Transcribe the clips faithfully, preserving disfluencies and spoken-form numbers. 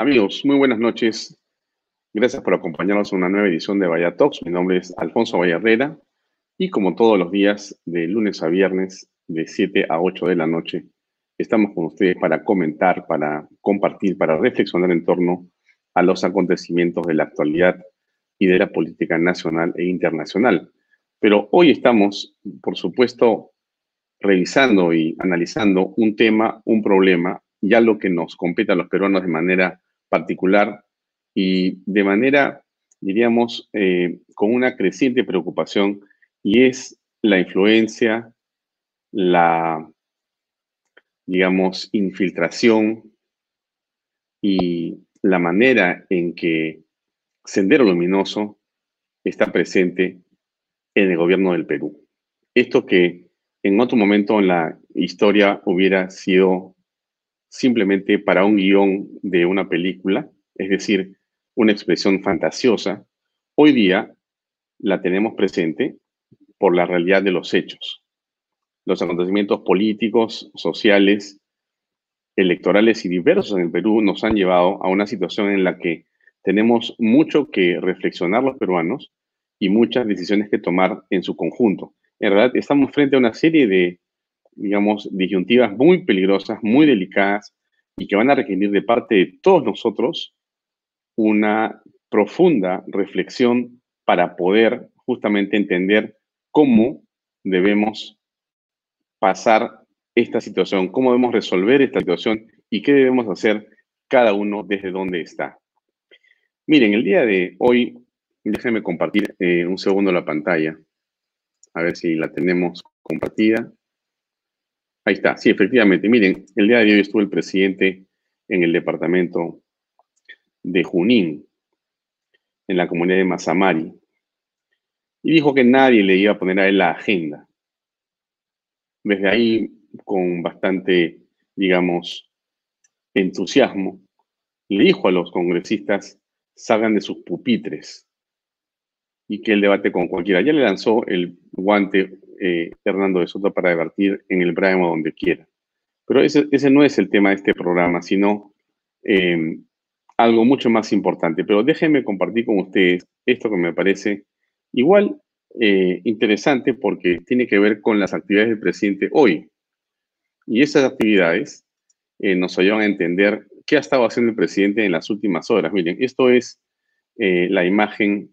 Amigos, muy buenas noches. Gracias por acompañarnos en una nueva edición de Vaya Talks. Mi nombre es Alfonso Valle Herrera y como todos los días, de lunes a viernes, de siete a ocho de la noche, estamos con ustedes para comentar, para compartir, para reflexionar en torno a los acontecimientos de la actualidad y de la política nacional e internacional. Pero hoy estamos, por supuesto, revisando y analizando un tema, un problema, ya lo que nos compete a los peruanos de manera particular y de manera, diríamos, eh, con una creciente preocupación, y es la influencia, la, digamos, infiltración y la manera en que Sendero Luminoso está presente en el gobierno del Perú. Esto que en otro momento en la historia hubiera sido simplemente para un guión de una película, es decir, una expresión fantasiosa, hoy día la tenemos presente por la realidad de los hechos. Los acontecimientos políticos, sociales, electorales y diversos en el Perú nos han llevado a una situación en la que tenemos mucho que reflexionar los peruanos y muchas decisiones que tomar en su conjunto. En realidad, estamos frente a una serie de, digamos, disyuntivas muy peligrosas, muy delicadas y que van a requerir de parte de todos nosotros una profunda reflexión para poder justamente entender cómo debemos pasar esta situación, cómo debemos resolver esta situación y qué debemos hacer cada uno desde donde está. Miren, el día de hoy, déjenme compartir eh, un segundo la pantalla, a ver si la tenemos compartida. Ahí está, sí, efectivamente. Miren, el día de hoy estuvo el presidente en el departamento de Junín, en la comunidad de Mazamari, y dijo que nadie le iba a poner a él la agenda. Desde ahí, con bastante, digamos, entusiasmo, le dijo a los congresistas, salgan de sus pupitres y que él debate con cualquiera. Ya le lanzó el guante eh, Hernando de Soto para debatir en el Braem o donde quiera. Pero ese, ese no es el tema de este programa, sino eh, algo mucho más importante. Pero déjenme compartir con ustedes esto que me parece igual eh, interesante porque tiene que ver con las actividades del presidente hoy. Y esas actividades eh, nos ayudan a entender qué ha estado haciendo el presidente en las últimas horas. Miren, esto es eh, la imagen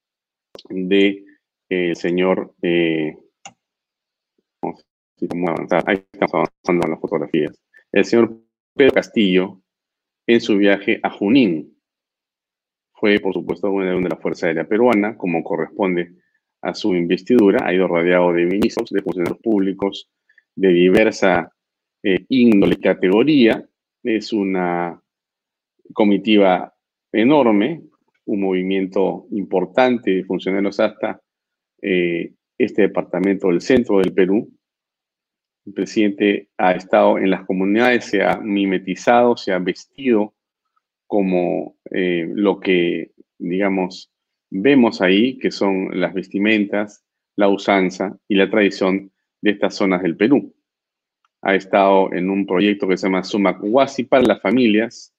de eh, el señor, eh, vamos a avanzar, ahí estamos avanzando en las fotografías, el señor Pedro Castillo en su viaje a Junín. Fue, por supuesto, una de la Fuerza Aérea Peruana, como corresponde a su investidura. Ha ido rodeado de ministros, de funcionarios públicos, de diversa eh, índole y categoría. Es una comitiva enorme, un movimiento importante de funcionarios hasta eh, este departamento del centro del Perú. El presidente ha estado en las comunidades, se ha mimetizado, se ha vestido como eh, lo que, digamos, vemos ahí, que son las vestimentas, la usanza y la tradición de estas zonas del Perú. Ha estado en un proyecto que se llama Sumacuasi para las familias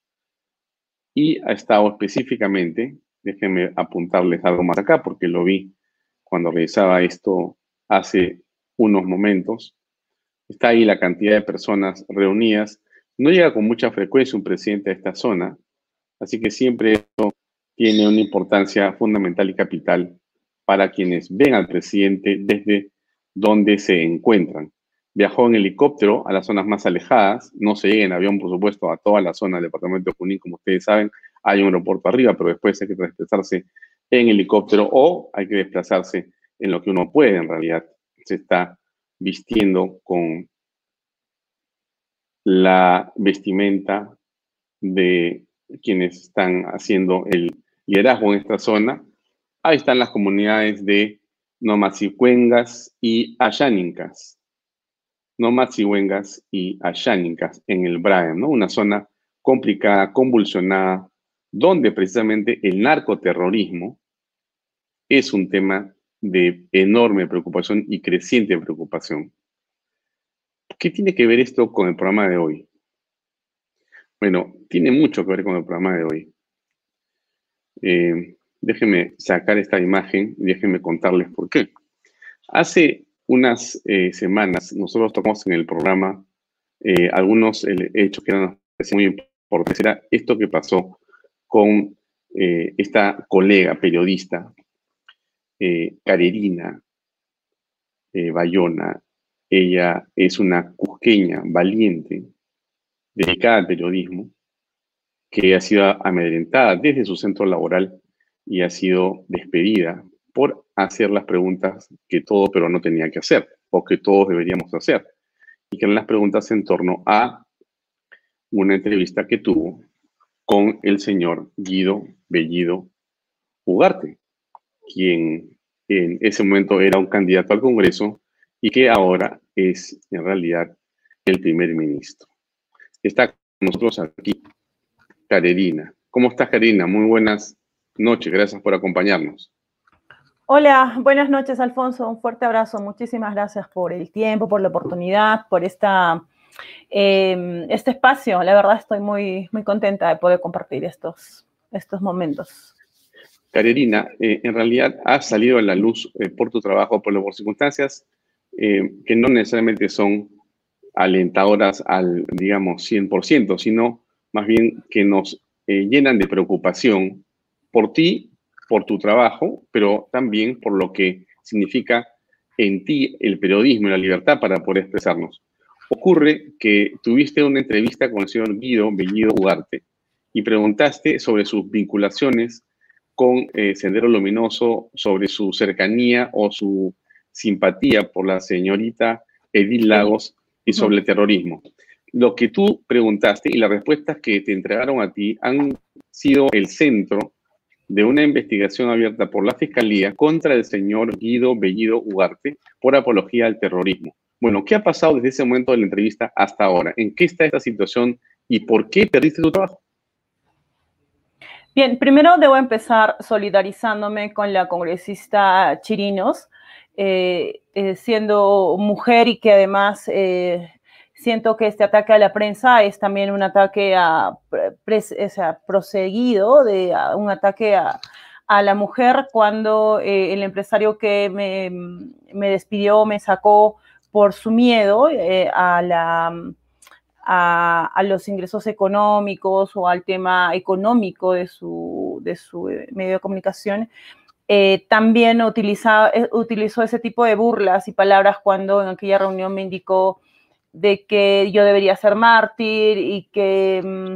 y ha estado específicamente, déjenme apuntarles algo más acá porque lo vi cuando revisaba esto hace unos momentos. Está ahí la cantidad de personas reunidas. No llega con mucha frecuencia un presidente a esta zona, así que siempre esto tiene una importancia fundamental y capital para quienes ven al presidente desde donde se encuentran. Viajó en helicóptero a las zonas más alejadas, no se llega en avión, por supuesto, a toda la zona del departamento de Junín, como ustedes saben, hay un aeropuerto arriba, pero después hay que desplazarse en helicóptero o hay que desplazarse en lo que uno puede, en realidad. Se está vistiendo con la vestimenta de quienes están haciendo el liderazgo en esta zona. Ahí están las comunidades de Nomatsicuengas y Ayánincas. Nomatsicuengas y Ayánincas en el Braem, ¿no? Una zona complicada, convulsionada, donde precisamente el narcoterrorismo es un tema de enorme preocupación y creciente preocupación. ¿Qué tiene que ver esto con el programa de hoy? Bueno, tiene mucho que ver con el programa de hoy. Eh, déjenme sacar esta imagen y déjenme contarles por qué. Hace unas eh, semanas nosotros tocamos en el programa eh, algunos eh, hechos que eran muy importantes. Era esto que pasó con eh, esta colega periodista, eh, Carerina eh, Bayona. Ella es una cusqueña valiente, dedicada al periodismo, que ha sido amedrentada desde su centro laboral y ha sido despedida por hacer las preguntas que todo pero no tenía que hacer o que todos deberíamos hacer. Y que eran las preguntas en torno a una entrevista que tuvo con el señor Guido Bellido Ugarte, quien en ese momento era un candidato al Congreso y que ahora es en realidad el primer ministro. Está con nosotros aquí Carerina. ¿Cómo estás, Carerina? Muy buenas noches. Gracias por acompañarnos. Hola, buenas noches, Alfonso. Un fuerte abrazo. Muchísimas gracias por el tiempo, por la oportunidad, por esta, eh, este espacio. La verdad estoy muy, muy contenta de poder compartir estos, estos momentos. Carerina, eh, en realidad has salido a la luz eh, por tu trabajo, por, por circunstancias eh, que no necesariamente son alentadoras al, digamos, cien por ciento, sino más bien que nos eh, llenan de preocupación por ti, por tu trabajo, pero también por lo que significa en ti el periodismo y la libertad para poder expresarnos. Ocurre que tuviste una entrevista con el señor Guido Bellido Ugarte y preguntaste sobre sus vinculaciones con eh, Sendero Luminoso, sobre su cercanía o su simpatía por la señorita Edith Lagos y sobre el terrorismo. Lo que tú preguntaste y las respuestas que te entregaron a ti han sido el centro de una investigación abierta por la Fiscalía contra el señor Guido Bellido Ugarte por apología al terrorismo. Bueno, ¿qué ha pasado desde ese momento de la entrevista hasta ahora? ¿En qué está esta situación y por qué perdiste tu trabajo? Bien, primero debo empezar solidarizándome con la congresista Chirinos, eh, eh, siendo mujer y que además eh, siento que este ataque a la prensa es también un ataque a, pres, o sea, proseguido, de, a un ataque a, a la mujer cuando eh, el empresario que me, me despidió me sacó por su miedo eh, a la... A, a los ingresos económicos o al tema económico de su, de su medio de comunicación, eh, también utiliza, utilizó ese tipo de burlas y palabras cuando en aquella reunión me indicó de que yo debería ser mártir y que,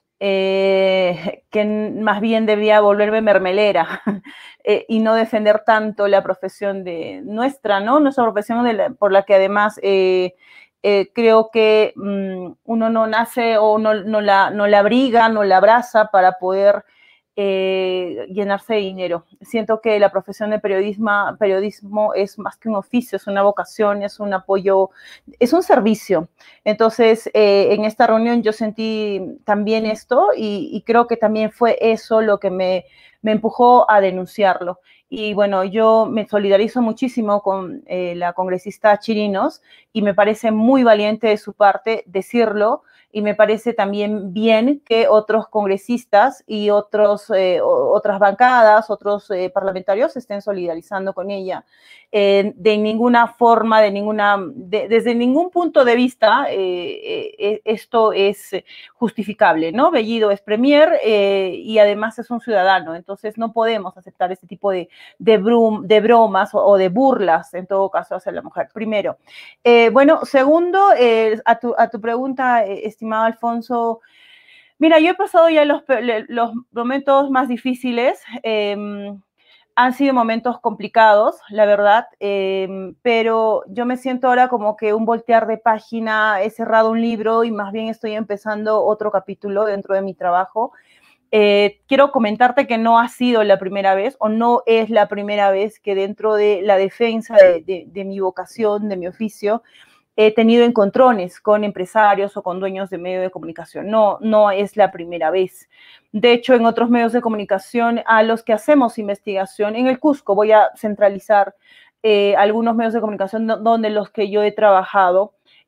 eh, que más bien debía volverme mermelera eh, y no defender tanto la profesión de nuestra, ¿no? Nuestra profesión de la, por la que además... Eh, Eh, creo que um, uno no nace o no, no, la, no la abriga, no la abraza para poder eh, llenarse de dinero. Siento que la profesión de periodismo, periodismo es más que un oficio, es una vocación, es un apoyo, es un servicio. Entonces, eh, en esta reunión yo sentí también esto y, y creo que también fue eso lo que me, me empujó a denunciarlo. Y bueno, yo me solidarizo muchísimo con eh, la congresista Chirinos y me parece muy valiente de su parte decirlo y me parece también bien que otros congresistas y otros, eh, otras bancadas, otros eh, parlamentarios estén solidarizando con ella. Eh, de ninguna forma, de ninguna, de, desde ningún punto de vista, eh, eh, esto es justificable, ¿no? Bellido es premier eh, y además es un ciudadano, entonces no podemos aceptar este tipo de, de, brum, de bromas o, o de burlas, en todo caso, hacia la mujer. Primero. Eh, bueno, segundo, eh, a, tu, a tu pregunta, eh, estimado Alfonso, mira, yo he pasado ya los, los momentos más difíciles, eh, han sido momentos complicados, la verdad, eh, pero yo me siento ahora como que un voltear de página, he cerrado un libro y más bien estoy empezando otro capítulo dentro de mi trabajo. Eh, quiero comentarte que no ha sido la primera vez o no es la primera vez que dentro de la defensa de, de, de mi vocación, de mi oficio, he tenido encontrones con empresarios o con dueños de medios de comunicación. No, no es la primera vez. De hecho, en otros medios de comunicación a los que hacemos investigación, en el Cusco voy a centralizar eh, algunos medios de comunicación donde los que yo he trabajado,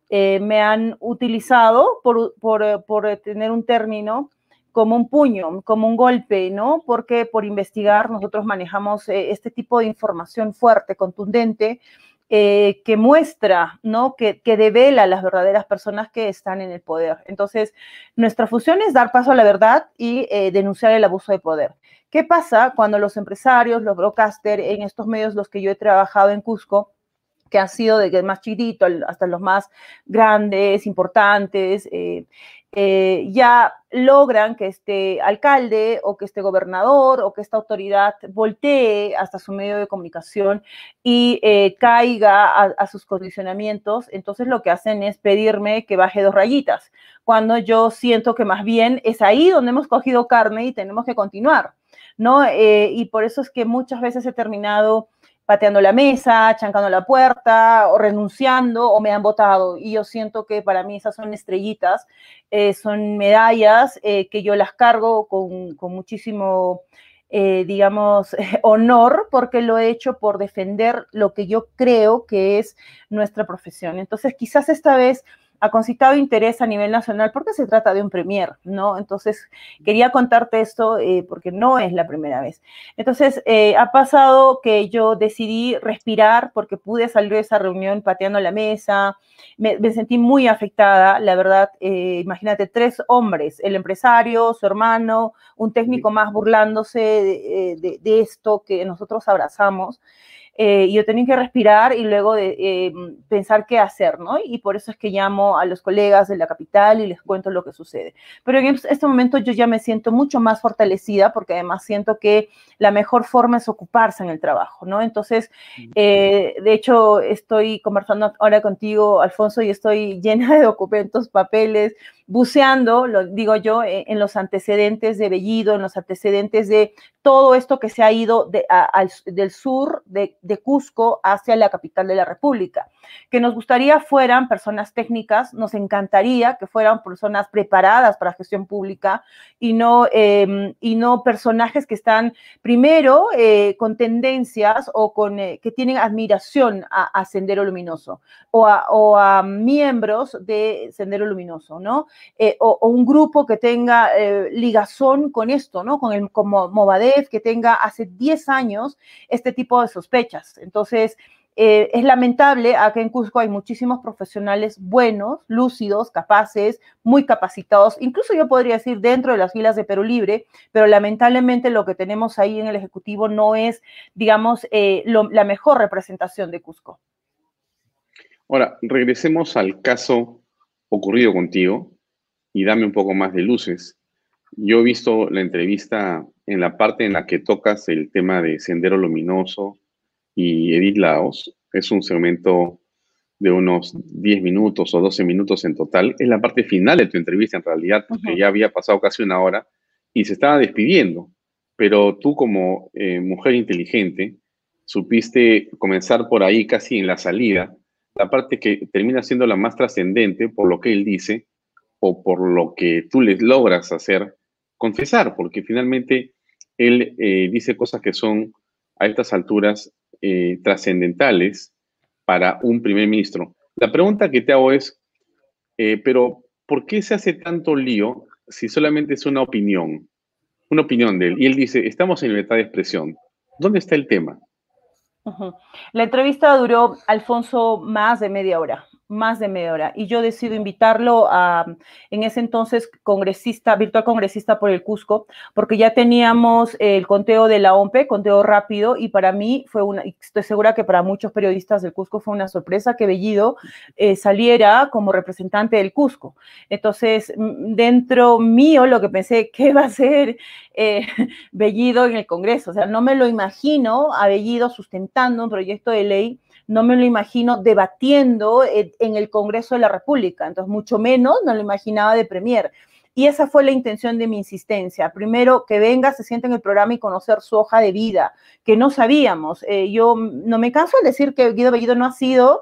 eh, me han utilizado por, por, por tener un término como un puño, como un golpe, ¿no? Porque por investigar nosotros manejamos eh, este tipo de información fuerte, contundente, eh, que muestra, ¿no? Que, que devela a las verdaderas personas que están en el poder. Entonces, nuestra función es dar paso a la verdad y eh, denunciar el abuso de poder. ¿Qué pasa cuando los empresarios, los broadcasters, en estos medios los que yo he trabajado en Cusco, que han sido desde el más chiquito hasta los más grandes, importantes, eh, eh, ya logran que este alcalde o que este gobernador o que esta autoridad voltee hasta su medio de comunicación y eh, caiga a, a sus condicionamientos? Entonces lo que hacen es pedirme que baje dos rayitas, cuando yo siento que más bien es ahí donde hemos cogido carne y tenemos que continuar, ¿no? Eh, y por eso es que muchas veces he terminado pateando la mesa, chancando la puerta, o renunciando, o me han votado. Y yo siento que para mí esas son estrellitas, eh, son medallas eh, que yo las cargo con, con muchísimo, eh, digamos, honor, porque lo he hecho por defender lo que yo creo que es nuestra profesión. Entonces, quizás esta vez ha concitado interés a nivel nacional porque se trata de un premier, ¿no? Entonces, quería contarte esto eh, porque no es la primera vez. Entonces, eh, ha pasado que yo decidí respirar porque pude salir de esa reunión pateando la mesa, me, me sentí muy afectada, la verdad, eh, imagínate, tres hombres, el empresario, su hermano, un técnico más burlándose de, de, de esto que nosotros abrazamos. Eh, yo tenía que respirar y luego de, eh, pensar qué hacer, ¿no? Y por eso es que llamo a los colegas de la capital y les cuento lo que sucede. Pero en este momento yo ya me siento mucho más fortalecida porque además siento que la mejor forma es ocuparse en el trabajo, ¿no? Entonces, eh, de hecho, estoy conversando ahora contigo, Alfonso, y estoy llena de documentos, papeles, buceando, lo digo yo, en los antecedentes de Bellido, en los antecedentes de todo esto que se ha ido de, a, al, del sur de, de Cusco hacia la capital de la República. Que nos gustaría fueran personas técnicas, nos encantaría que fueran personas preparadas para gestión pública y no, eh, y no personajes que están primero eh, con tendencias o con, eh, que tienen admiración a, a Sendero Luminoso o a, o a miembros de Sendero Luminoso, ¿no? Eh, o, o un grupo que tenga eh, ligazón con esto, ¿no? Con el, como Movadef, que tenga hace diez años este tipo de sospechas. Entonces, eh, es lamentable, acá en Cusco hay muchísimos profesionales buenos, lúcidos, capaces, muy capacitados, incluso yo podría decir dentro de las filas de Perú Libre, pero lamentablemente lo que tenemos ahí en el Ejecutivo no es, digamos, eh, lo, la mejor representación de Cusco. Ahora, regresemos al caso ocurrido contigo y dame un poco más de luces. Yo he visto la entrevista en la parte en la que tocas el tema de Sendero Luminoso y Edith Laos. Es un segmento de unos diez minutos o doce minutos en total. Es la parte final de tu entrevista en realidad, porque uh-huh. ya había pasado casi una hora y se estaba despidiendo. Pero tú como eh, mujer inteligente supiste comenzar por ahí casi en la salida, la parte que termina siendo la más trascendente por lo que él dice o por lo que tú les logras hacer confesar, porque finalmente él eh, dice cosas que son a estas alturas eh, trascendentales para un primer ministro. La pregunta que te hago es, eh, pero ¿por qué se hace tanto lío si solamente es una opinión? Una opinión de él. Y él dice, estamos en libertad de expresión. ¿Dónde está el tema? Uh-huh. La entrevista duró, Alfonso, más de media hora, más de media hora, y yo decido invitarlo a, en ese entonces, congresista, virtual congresista por el Cusco, porque ya teníamos el conteo de la O M P E, conteo rápido, y para mí fue una, estoy segura que para muchos periodistas del Cusco fue una sorpresa que Bellido eh, saliera como representante del Cusco. Entonces, dentro mío, lo que pensé, ¿qué va a hacer eh, Bellido en el Congreso? O sea, no me lo imagino a Bellido sustentando un proyecto de ley, no me lo imagino debatiendo en el Congreso de la República, entonces mucho menos no lo imaginaba de premier. Y esa fue la intención de mi insistencia. Primero, que venga, se siente en el programa y conocer su hoja de vida, que no sabíamos. Eh, yo no me canso de decir que Guido Bellido no ha sido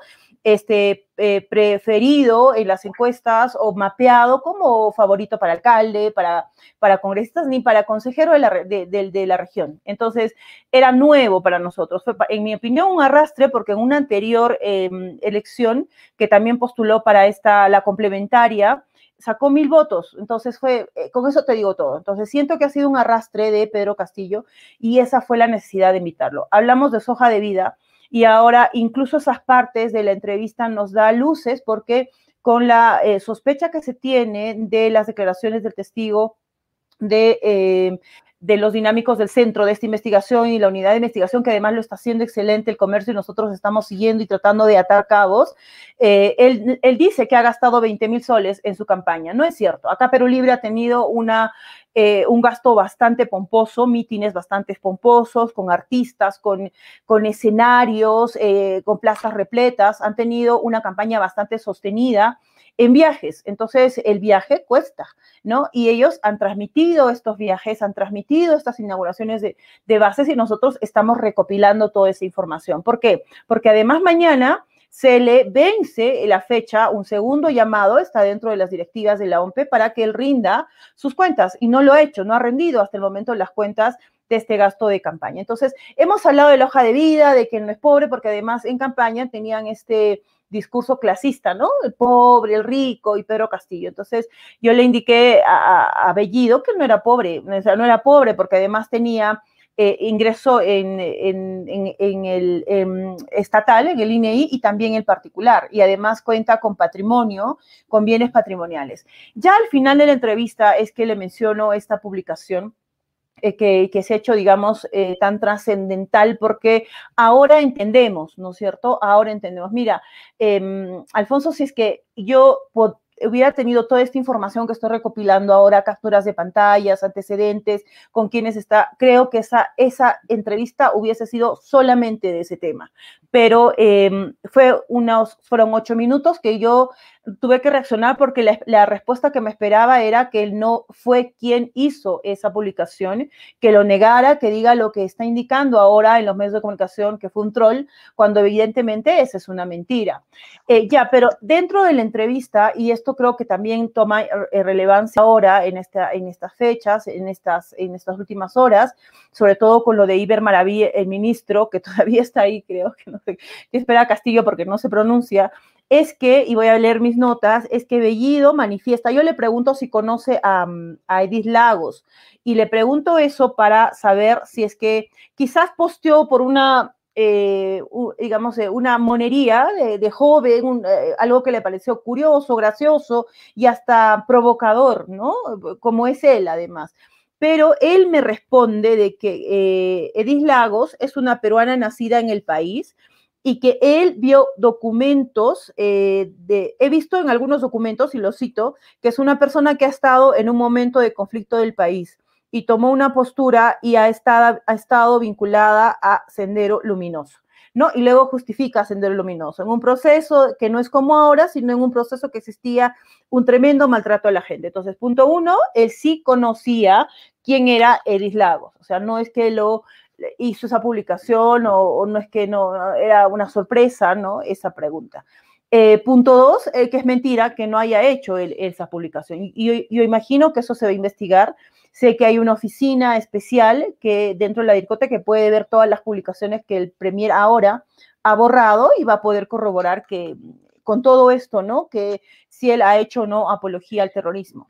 este, eh, preferido en las encuestas o mapeado como favorito para alcalde, para, para congresistas, ni para consejero de la, de, de, de la región. Entonces, era nuevo para nosotros. Fue, en mi opinión, un arrastre, porque en una anterior eh, elección, que también postuló para esta, la complementaria, sacó mil votos, entonces fue, eh, con eso te digo todo. Entonces siento que ha sido un arrastre de Pedro Castillo y esa fue la necesidad de invitarlo. Hablamos de Soja de Vida y ahora incluso esas partes de la entrevista nos da luces porque con la eh, sospecha que se tiene de las declaraciones del testigo de... Eh, de los dinámicos del centro de esta investigación y la unidad de investigación, que además lo está haciendo excelente el comercio y nosotros estamos siguiendo y tratando de atar cabos, eh, él, él dice que ha gastado veinte mil soles en su campaña. No es cierto. Acá Perú Libre ha tenido una, eh, un gasto bastante pomposo, mítines bastante pomposos, con artistas, con, con escenarios, eh, con plazas repletas. Han tenido una campaña bastante sostenida en viajes. Entonces, el viaje cuesta, ¿no? Y ellos han transmitido estos viajes, han transmitido estas inauguraciones de, de bases y nosotros estamos recopilando toda esa información. ¿Por qué? Porque además mañana se le vence la fecha, un segundo llamado, está dentro de las directivas de la O M P E para que él rinda sus cuentas y no lo ha hecho, no ha rendido hasta el momento las cuentas de este gasto de campaña. Entonces, hemos hablado de la hoja de vida, de que él no es pobre, porque además en campaña tenían este discurso clasista, ¿no? El pobre, el rico y Pedro Castillo. Entonces, yo le indiqué a, a Bellido que no era pobre, o sea, no era pobre porque además tenía eh, ingreso en, en, en, en el en estatal, en el I N E I y también el particular, y además cuenta con patrimonio, con bienes patrimoniales. Ya al final de la entrevista es que le menciono esta publicación Eh, que, que se ha hecho, digamos, eh, tan trascendental, porque ahora entendemos, ¿no es cierto? Ahora entendemos. Mira, eh, Alfonso, si es que yo hubiera tenido toda esta información que estoy recopilando ahora, capturas de pantallas, antecedentes, con quienes está, creo que esa, esa entrevista hubiese sido solamente de ese tema. Pero eh, fue unos, fueron ocho minutos que yo tuve que reaccionar porque la, la respuesta que me esperaba era que él no fue quien hizo esa publicación, que lo negara, que diga lo que está indicando ahora en los medios de comunicación, que fue un troll, cuando evidentemente esa es una mentira. Eh, ya, pero dentro de la entrevista, y esto creo que también toma eh, relevancia ahora en, esta, en estas fechas, en estas, en estas últimas horas, sobre todo con lo de Iber Maraví, el ministro, que todavía está ahí, creo que no sé, que espera Castillo porque no se pronuncia, es que, y voy a leer mis notas, es que Bellido manifiesta, yo le pregunto si conoce a, a Edith Lagos, y le pregunto eso para saber si es que quizás posteó por una, eh, digamos, una monería de, de joven, un, eh, algo que le pareció curioso, gracioso y hasta provocador, ¿no? Como es él, además. Pero él me responde de que eh, Edith Lagos es una peruana nacida en el país, y que él vio documentos, eh, de, he visto en algunos documentos, y lo cito, que es una persona que ha estado en un momento de conflicto del país y tomó una postura y ha estado, ha estado vinculada a Sendero Luminoso, ¿no? Y luego justifica Sendero Luminoso en un proceso que no es como ahora, sino en un proceso que existía un tremendo maltrato a la gente. Entonces, punto uno, él sí conocía quién era Edith Lagos, o sea, no es que lo hizo esa publicación o, o no es que no, era una sorpresa, ¿no? Esa pregunta. Eh, punto dos, eh, que es mentira que no haya hecho él, esa publicación. Y yo, yo imagino que eso se va a investigar. Sé que hay una oficina especial que dentro de la DIRCOTE que puede ver todas las publicaciones que el Premier ahora ha borrado y va a poder corroborar que con todo esto, ¿no? Que si él ha hecho o no apología al terrorismo.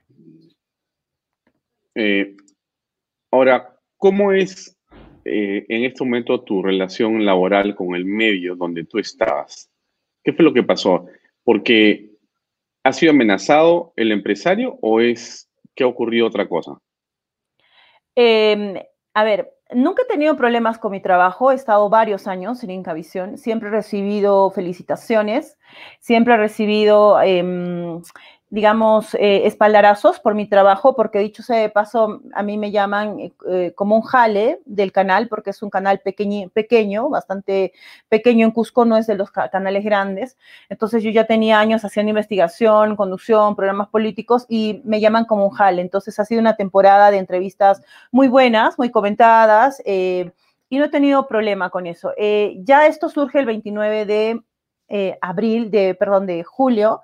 Eh, ahora, ¿cómo es eh, en este momento tu relación laboral con el medio donde tú estabas? ¿Qué fue lo que pasó? Porque ¿ha sido amenazado el empresario o es que ha ocurrido otra cosa? Eh, a ver, nunca he tenido problemas con mi trabajo, he estado varios años en Incavisión, siempre he recibido felicitaciones, siempre he recibido, eh, digamos, eh, espaldarazos por mi trabajo, porque dicho sea de paso, a mí me llaman eh, como un jale del canal, porque es un canal pequeño, pequeño, bastante pequeño en Cusco, no es de los canales grandes. Entonces yo ya tenía años haciendo investigación, conducción, programas políticos, y me llaman como un jale. Entonces ha sido una temporada de entrevistas muy buenas, muy comentadas, eh, y no he tenido problema con eso. Eh, ya esto surge el veintinueve de eh, abril, de, perdón, de julio,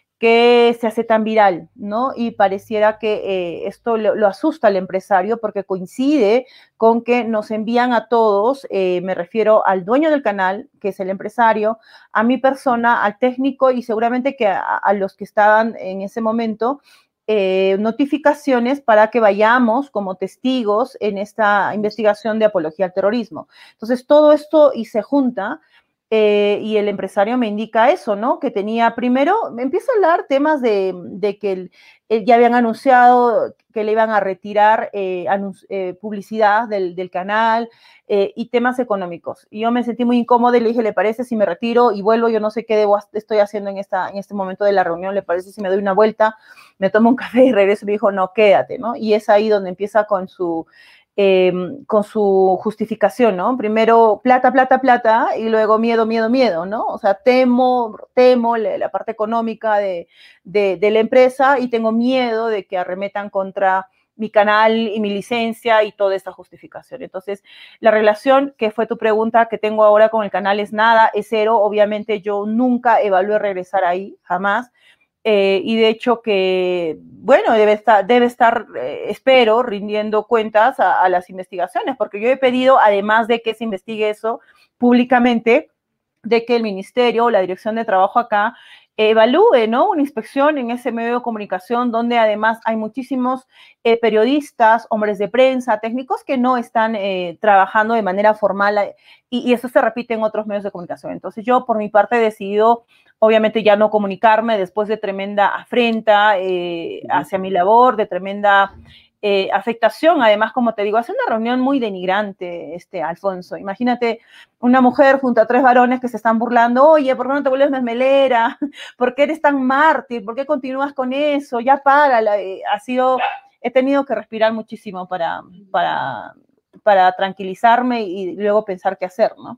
que se hace tan viral, ¿no? Y pareciera que eh, esto lo, lo asusta al empresario porque coincide con que nos envían a todos, eh, me refiero al dueño del canal, que es el empresario, a mi persona, al técnico y seguramente que a, a los que estaban en ese momento, eh, notificaciones para que vayamos como testigos en esta investigación de apología al terrorismo. Entonces, todo esto y se junta. Eh, y el empresario me indica eso, ¿no? Que tenía primero, me empieza a hablar temas de, de que el, el ya habían anunciado que le iban a retirar eh, anunci eh, publicidad del, del canal eh, y temas económicos. Y yo me sentí muy incómoda y le dije, ¿le parece si me retiro y vuelvo? Yo no sé qué debo, estoy haciendo en, esta, en este momento de la reunión, ¿le parece si me doy una vuelta, me tomo un café y regreso? Y me dijo, no, quédate, ¿no? Y es ahí donde empieza con su... Eh, con su justificación, ¿no? Primero plata, plata, plata y luego miedo, miedo, miedo, ¿no? O sea, temo, temo la, la parte económica de, de, de la empresa y tengo miedo de que arremetan contra mi canal y mi licencia y toda esta justificación. Entonces, la relación, que fue tu pregunta, que tengo ahora con el canal es nada, es cero. Obviamente yo nunca evalué regresar ahí, jamás. Eh, y de hecho que, bueno, debe estar, debe estar eh, espero, rindiendo cuentas a, a las investigaciones, porque yo he pedido, además de que se investigue eso públicamente, de que el ministerio o la dirección de trabajo acá evalúe, ¿no? Una inspección en ese medio de comunicación donde además hay muchísimos eh, periodistas, hombres de prensa, técnicos que no están eh, trabajando de manera formal y, y eso se repite en otros medios de comunicación. Entonces yo por mi parte he decidido obviamente ya no comunicarme después de tremenda afrenta eh, hacia mi labor, de tremenda eh, afectación. Además, como te digo, hace una reunión muy denigrante, este, Alfonso. Imagínate una mujer junto a tres varones que se están burlando. Oye, ¿por qué no te vuelves mermelera? ¿Por qué eres tan mártir? ¿Por qué continúas con eso? Ya para. Eh, ha sido, he tenido que respirar muchísimo para, para, para tranquilizarme y luego pensar qué hacer, ¿no?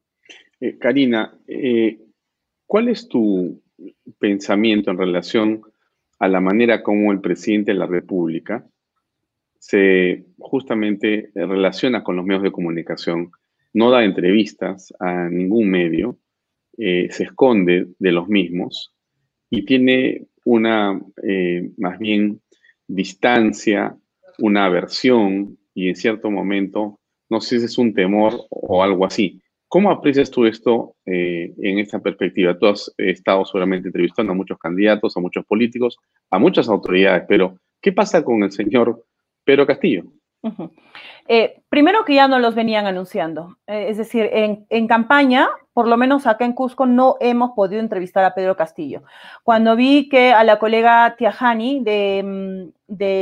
Eh, Karina, eh, ¿cuál es tu pensamiento en relación a la manera como el presidente de la República se justamente relaciona con los medios de comunicación, no da entrevistas a ningún medio, eh, se esconde de los mismos y tiene una, eh, más bien, distancia, una aversión y en cierto momento, no sé si es un temor o algo así? ¿Cómo aprecias tú esto eh, en esta perspectiva? Tú has estado seguramente entrevistando a muchos candidatos, a muchos políticos, a muchas autoridades, pero ¿qué pasa con el señor Pedro Castillo? Uh-huh. Eh, primero que ya no los venían anunciando, eh, es decir, en, en campaña, por lo menos acá en Cusco, no hemos podido entrevistar a Pedro Castillo. Cuando vi que a la colega Tiahani de,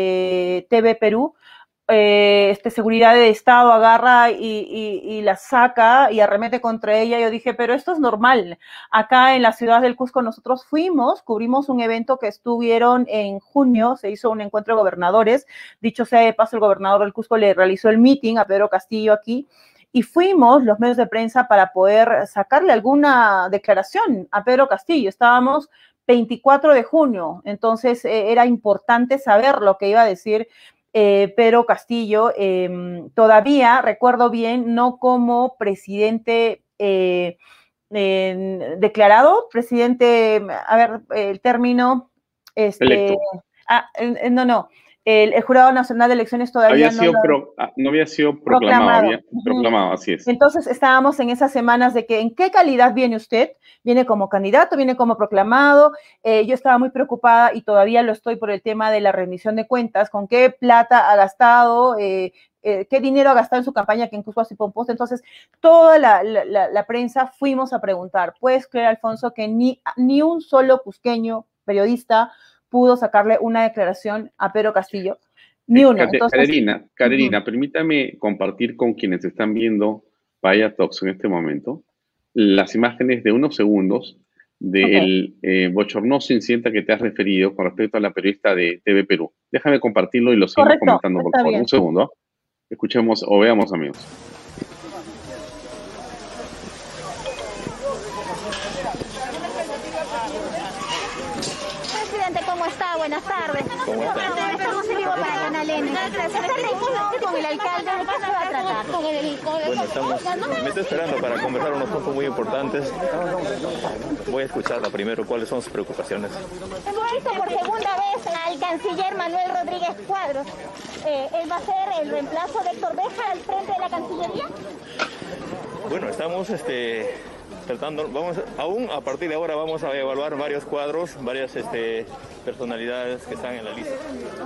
de T V Perú, eh, este, Seguridad de Estado agarra y, y, y la saca y arremete contra ella, yo dije, pero esto es normal. Acá en la ciudad del Cusco nosotros fuimos, cubrimos un evento que estuvieron en junio, se hizo un encuentro de gobernadores, dicho sea de paso, el gobernador del Cusco le realizó el meeting a Pedro Castillo aquí, y fuimos los medios de prensa para poder sacarle alguna declaración a Pedro Castillo. Estábamos veinticuatro de junio, entonces eh, era importante saber lo que iba a decir Eh, Pedro Castillo, eh, todavía recuerdo bien, no como presidente eh, eh, declarado, presidente, a ver, el término, este, ah, eh, no, no, el, el Jurado Nacional de Elecciones todavía había no, sido lo, pro, no había sido proclamado, proclamado. había proclamado, así es. Entonces estábamos en esas semanas de que en qué calidad viene usted, viene como candidato, viene como proclamado. Eh, yo estaba muy preocupada y todavía lo estoy por el tema de la rendición de cuentas, con qué plata ha gastado, eh, eh, qué dinero ha gastado en su campaña que incluso así pomposta. Entonces toda la, la, la prensa fuimos a preguntar, ¿puedes creer, Alfonso, que ni, ni un solo cusqueño periodista pudo sacarle una declaración a Pedro Castillo? Ni uno. Entonces, Carolina, Carolina, uh-huh. Permítame compartir con quienes están viendo Vaya Talks en este momento las imágenes de unos segundos del okay. eh, bochornoso incidente que te has referido con respecto a la periodista de T V Perú. Déjame compartirlo y lo seguimos Correcto, comentando, por favor. Bien. Un segundo. Escuchemos o veamos, amigos. Presidente, con ¿cómo está? Buenas tardes. ¿Cómo está? Estamos en vivo para Canal N. Esta reunión con el alcalde, ¿de qué se va a tratar? Bueno, estamos, me estoy esperando para conversar unos puntos muy importantes. Voy a escucharla primero. ¿Cuáles son sus preocupaciones? Hemos visto por segunda vez al canciller Manuel Rodríguez Cuadros. Eh, ¿Él va a ser el reemplazo de Héctor Béjar al frente de la Cancillería? Bueno, estamos este, tratando, vamos, aún a partir de ahora vamos a evaluar varios cuadros, varias este, personalidades que están en la lista.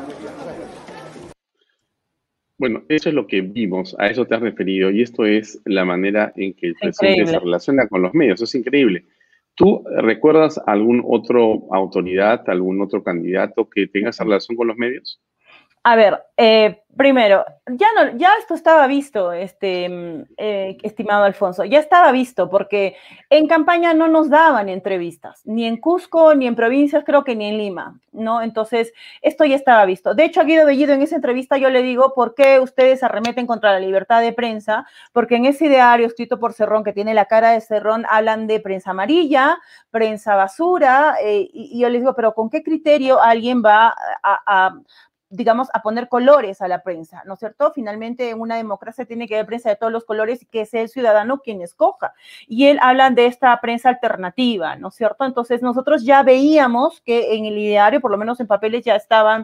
Bueno, eso es lo que vimos, a eso te has referido, y esto es la manera en que el presidente se relaciona con los medios, es increíble. ¿Tú recuerdas algún otro autoridad, algún otro candidato que tenga esa relación con los medios? A ver, eh, primero, ya no, ya esto estaba visto, este, eh, estimado Alfonso, ya estaba visto, porque en campaña no nos daban entrevistas, ni en Cusco, ni en provincias, creo que ni en Lima, ¿no? Entonces, esto ya estaba visto. De hecho, a Guido Bellido en esa entrevista yo le digo, ¿por qué ustedes arremeten contra la libertad de prensa? Porque en ese ideario escrito por Cerrón, que tiene la cara de Cerrón, hablan de prensa amarilla, prensa basura, eh, y, y yo les digo, ¿pero con qué criterio alguien va a, a digamos, a poner colores a la prensa, ¿no es cierto? Finalmente, en una democracia tiene que haber prensa de todos los colores y que sea el ciudadano quien escoja. Y él habla de esta prensa alternativa, ¿no es cierto? Entonces, nosotros ya veíamos que en el ideario, por lo menos en papeles, ya estaban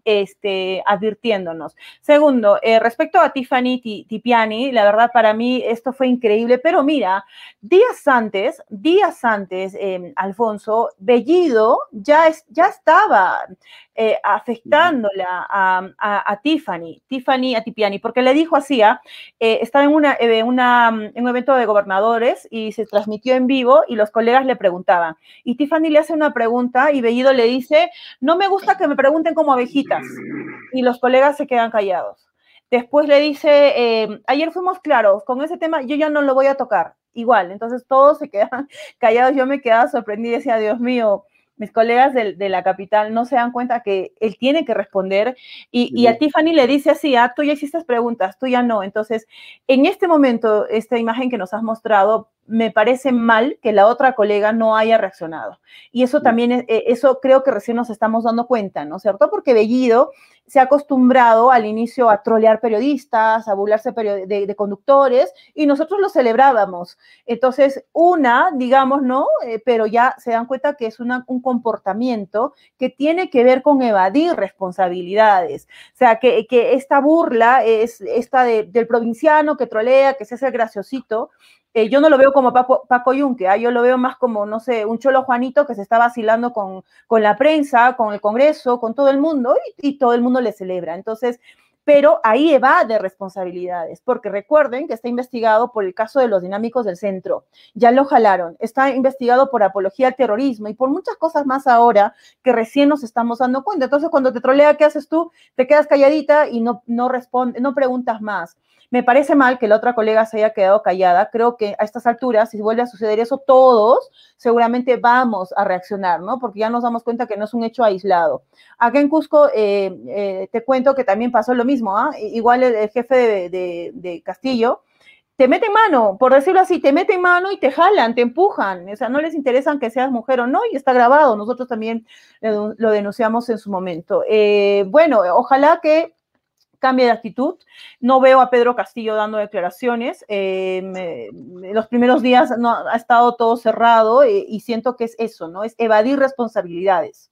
este, advirtiéndonos. Segundo, eh, respecto a Tiffany Tipiani, la verdad, para mí esto fue increíble, pero mira, días antes, días antes, eh, Alfonso, Bellido ya, es, ya estaba eh, afectándola A, a, a Tiffany, Tiffany a Tipiani, porque le dijo así, ¿eh? Eh, estaba en, una, eh, una, en un evento de gobernadores y se transmitió en vivo y los colegas le preguntaban, y Tiffany le hace una pregunta y Bellido le dice, no me gusta que me pregunten como abejitas, y los colegas se quedan callados. Después le dice, eh, ayer fuimos claros, con ese tema yo ya no lo voy a tocar, igual, entonces todos se quedan callados, yo me quedaba sorprendida y decía, Dios mío, mis colegas de, de la capital no se dan cuenta que él tiene que responder y, y a Tiffany le dice así, ah, tú ya hiciste preguntas, tú ya no. Entonces, en este momento, esta imagen que nos has mostrado, me parece mal que la otra colega no haya reaccionado. Y eso también, es, eso creo que recién nos estamos dando cuenta, ¿no es cierto? Porque Bellido se ha acostumbrado al inicio a trolear periodistas, a burlarse de, de, de conductores, y nosotros lo celebrábamos. Entonces, una, digamos, ¿no? Eh, pero ya se dan cuenta que es una, un comportamiento que tiene que ver con evadir responsabilidades. O sea, que, que esta burla es esta de, del provinciano que trolea, que se hace el graciosito. Eh, yo no lo veo como Paco, Paco Yunque, ¿eh? Yo lo veo más como, no sé, un cholo Juanito que se está vacilando con, con la prensa, con el Congreso, con todo el mundo, y, y todo el mundo le celebra. Entonces, pero ahí evade responsabilidades, porque recuerden que está investigado por el caso de los dinámicos del centro, ya lo jalaron, está investigado por apología al terrorismo y por muchas cosas más ahora que recién nos estamos dando cuenta. Entonces, cuando te trolea, ¿qué haces tú? Te quedas calladita y no, no, responde, no preguntas más. Me parece mal que la otra colega se haya quedado callada. Creo que a estas alturas, si vuelve a suceder eso, todos seguramente vamos a reaccionar, ¿no? Porque ya nos damos cuenta que no es un hecho aislado. Acá en Cusco, eh, eh, te cuento que también pasó lo mismo, ¿ah? ¿eh? Igual el, el jefe de, de, de Castillo te mete mano, por decirlo así, te mete mano y te jalan, te empujan. O sea, no les interesa que seas mujer o no, y está grabado. Nosotros también lo denunciamos en su momento. Eh, bueno, ojalá que cambie de actitud. No veo a Pedro Castillo dando declaraciones. Eh, me, los primeros días no, ha estado todo cerrado eh, y siento que es eso, ¿no? Es evadir responsabilidades.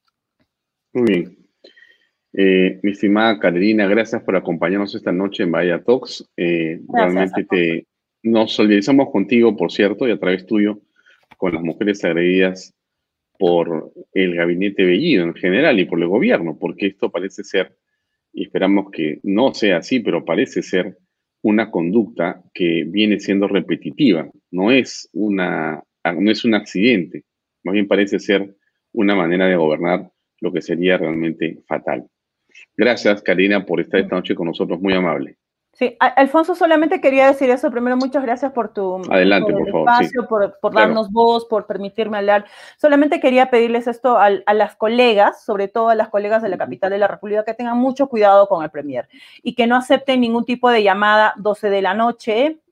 Muy bien. Eh, mi estimada Carolina, gracias por acompañarnos esta noche en Bahía Talks. Eh, realmente te, nos solidarizamos contigo, por cierto, y a través tuyo, con las mujeres agredidas por el gabinete Bellido en general y por el gobierno, porque esto parece ser, y esperamos que no sea así, pero parece ser una conducta que viene siendo repetitiva. No es, una, no es un accidente, más bien parece ser una manera de gobernar, lo que sería realmente fatal. Gracias, Karina, por estar esta noche con nosotros, muy amable. Sí, Alfonso, solamente quería decir eso. Primero, muchas gracias por tu Adelante, por por el favor, espacio, sí. por, por Claro. darnos voz, por permitirme hablar. Solamente quería pedirles esto a, a las colegas, sobre todo a las colegas de la capital de la República, que tengan mucho cuidado con el Premier y que no acepten ningún tipo de llamada doce de la noche,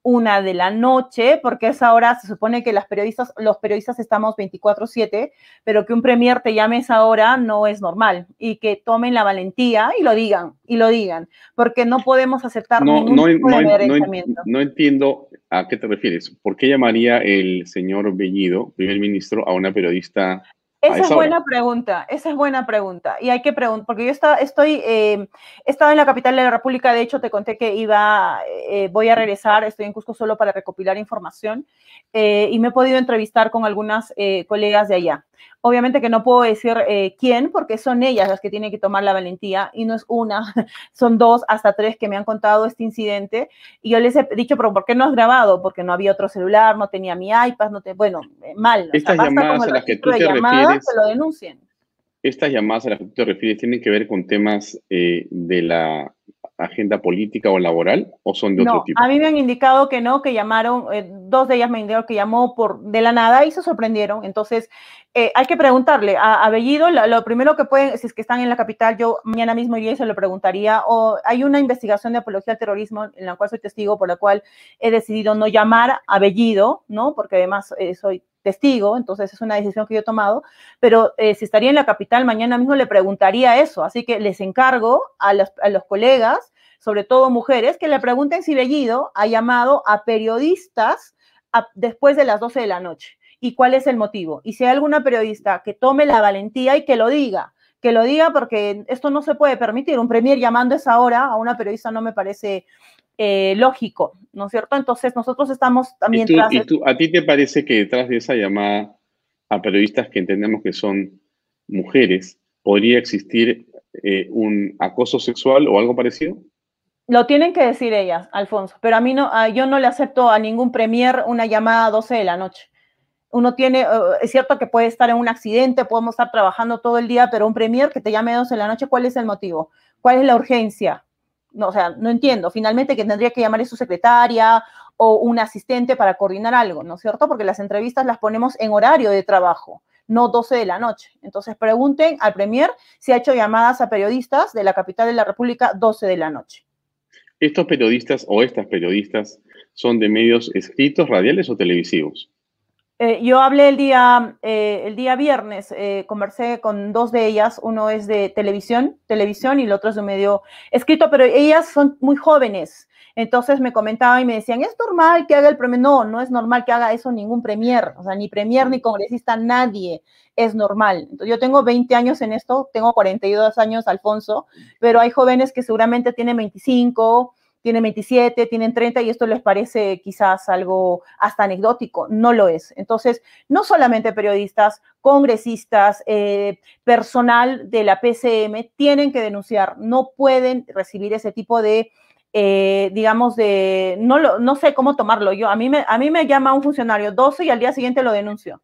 una de la noche, porque a esa hora se supone que las periodistas, los periodistas estamos veinticuatro siete, pero que un premier te llame a esa hora no es normal, y que tomen la valentía y lo digan, y lo digan, porque no podemos aceptar No, ningún no, tipo de no, no, amedrentamiento. no entiendo a qué te refieres. ¿Por qué llamaría el señor Bellido, primer ministro, a una periodista a Esa es esa hora? buena pregunta, esa es buena pregunta. Y hay que preguntar, porque yo está, estoy, eh, estaba en la capital de la República, de hecho te conté que iba, eh, voy a regresar, estoy en Cusco solo para recopilar información, eh, y me he podido entrevistar con algunas eh, colegas de allá. Obviamente que no puedo decir eh, quién, porque son ellas las que tienen que tomar la valentía, y no es una, son dos hasta tres que me han contado este incidente, y yo les he dicho, pero ¿por qué no has grabado? Porque no había otro celular, no tenía mi iPad, no te, bueno, eh, mal, o Estas sea, basta con llamadas el a las que registro tú de te llamadas refieres, que lo denuncien. estas llamadas a las que tú te refieres, ¿tienen que ver con temas eh, de la agenda política o laboral o son de otro No, tipo? a mí me han indicado que no, que llamaron, eh, dos de ellas me indicaron que llamó por de la nada y se sorprendieron. Entonces, eh, hay que preguntarle a, a Bellido, lo, lo primero que pueden, si es que están en la capital, yo mañana mismo iría y se lo preguntaría, o hay una investigación de apología al terrorismo en la cual soy testigo, por la cual he decidido no llamar a Bellido, ¿no? Porque además eh, soy testigo, entonces es una decisión que yo he tomado, pero eh, si estaría en la capital, mañana mismo le preguntaría eso. Así que les encargo a los, a los colegas, sobre todo mujeres, que le pregunten si Bellido ha llamado a periodistas a, después de las doce de la noche y cuál es el motivo. Y si hay alguna periodista que tome la valentía y que lo diga, que lo diga porque esto no se puede permitir. Un premier llamando a esa hora a una periodista no me parece eh, lógico, ¿no es cierto? Entonces nosotros estamos ¿Y también tú, tras... y tú, a ti te parece que detrás de esa llamada a periodistas que entendemos que son mujeres, podría existir eh, un acoso sexual o algo parecido? Lo tienen que decir ellas, Alfonso, pero a mí no, a, yo no le acepto a ningún premier una llamada a doce de la noche. Uno tiene, uh, es cierto que puede estar en un accidente, podemos estar trabajando todo el día, pero un premier que te llame a doce de la noche, ¿cuál es el motivo? ¿Cuál es la urgencia? No, o sea, no entiendo. Finalmente que tendría que llamar a su secretaria o un asistente para coordinar algo, ¿no es cierto? Porque las entrevistas las ponemos en horario de trabajo, no doce de la noche. Entonces pregunten al premier si ha hecho llamadas a periodistas de la capital de la República doce de la noche. ¿Estos periodistas o estas periodistas son de medios escritos, radiales o televisivos? Eh, yo hablé el día, eh, el día viernes, eh, conversé con dos de ellas, uno es de televisión, televisión y el otro es de medio escrito, pero ellas son muy jóvenes, entonces me comentaban y me decían, ¿es normal que haga el premier? No, no es normal que haga eso ningún premier, o sea, ni premier ni congresista, nadie es normal. Entonces, yo tengo veinte años en esto, tengo cuarenta y dos años, Alfonso, pero hay jóvenes que seguramente tienen veinticinco, tienen veintisiete, tienen treinta y esto les parece quizás algo hasta anecdótico. No lo es. Entonces, no solamente periodistas, congresistas, eh, personal de la P C M tienen que denunciar. No pueden recibir ese tipo de, eh, digamos, de, no, lo, no sé cómo tomarlo. Yo, a, mí me, a mí me llama un funcionario doce y al día siguiente lo denuncio.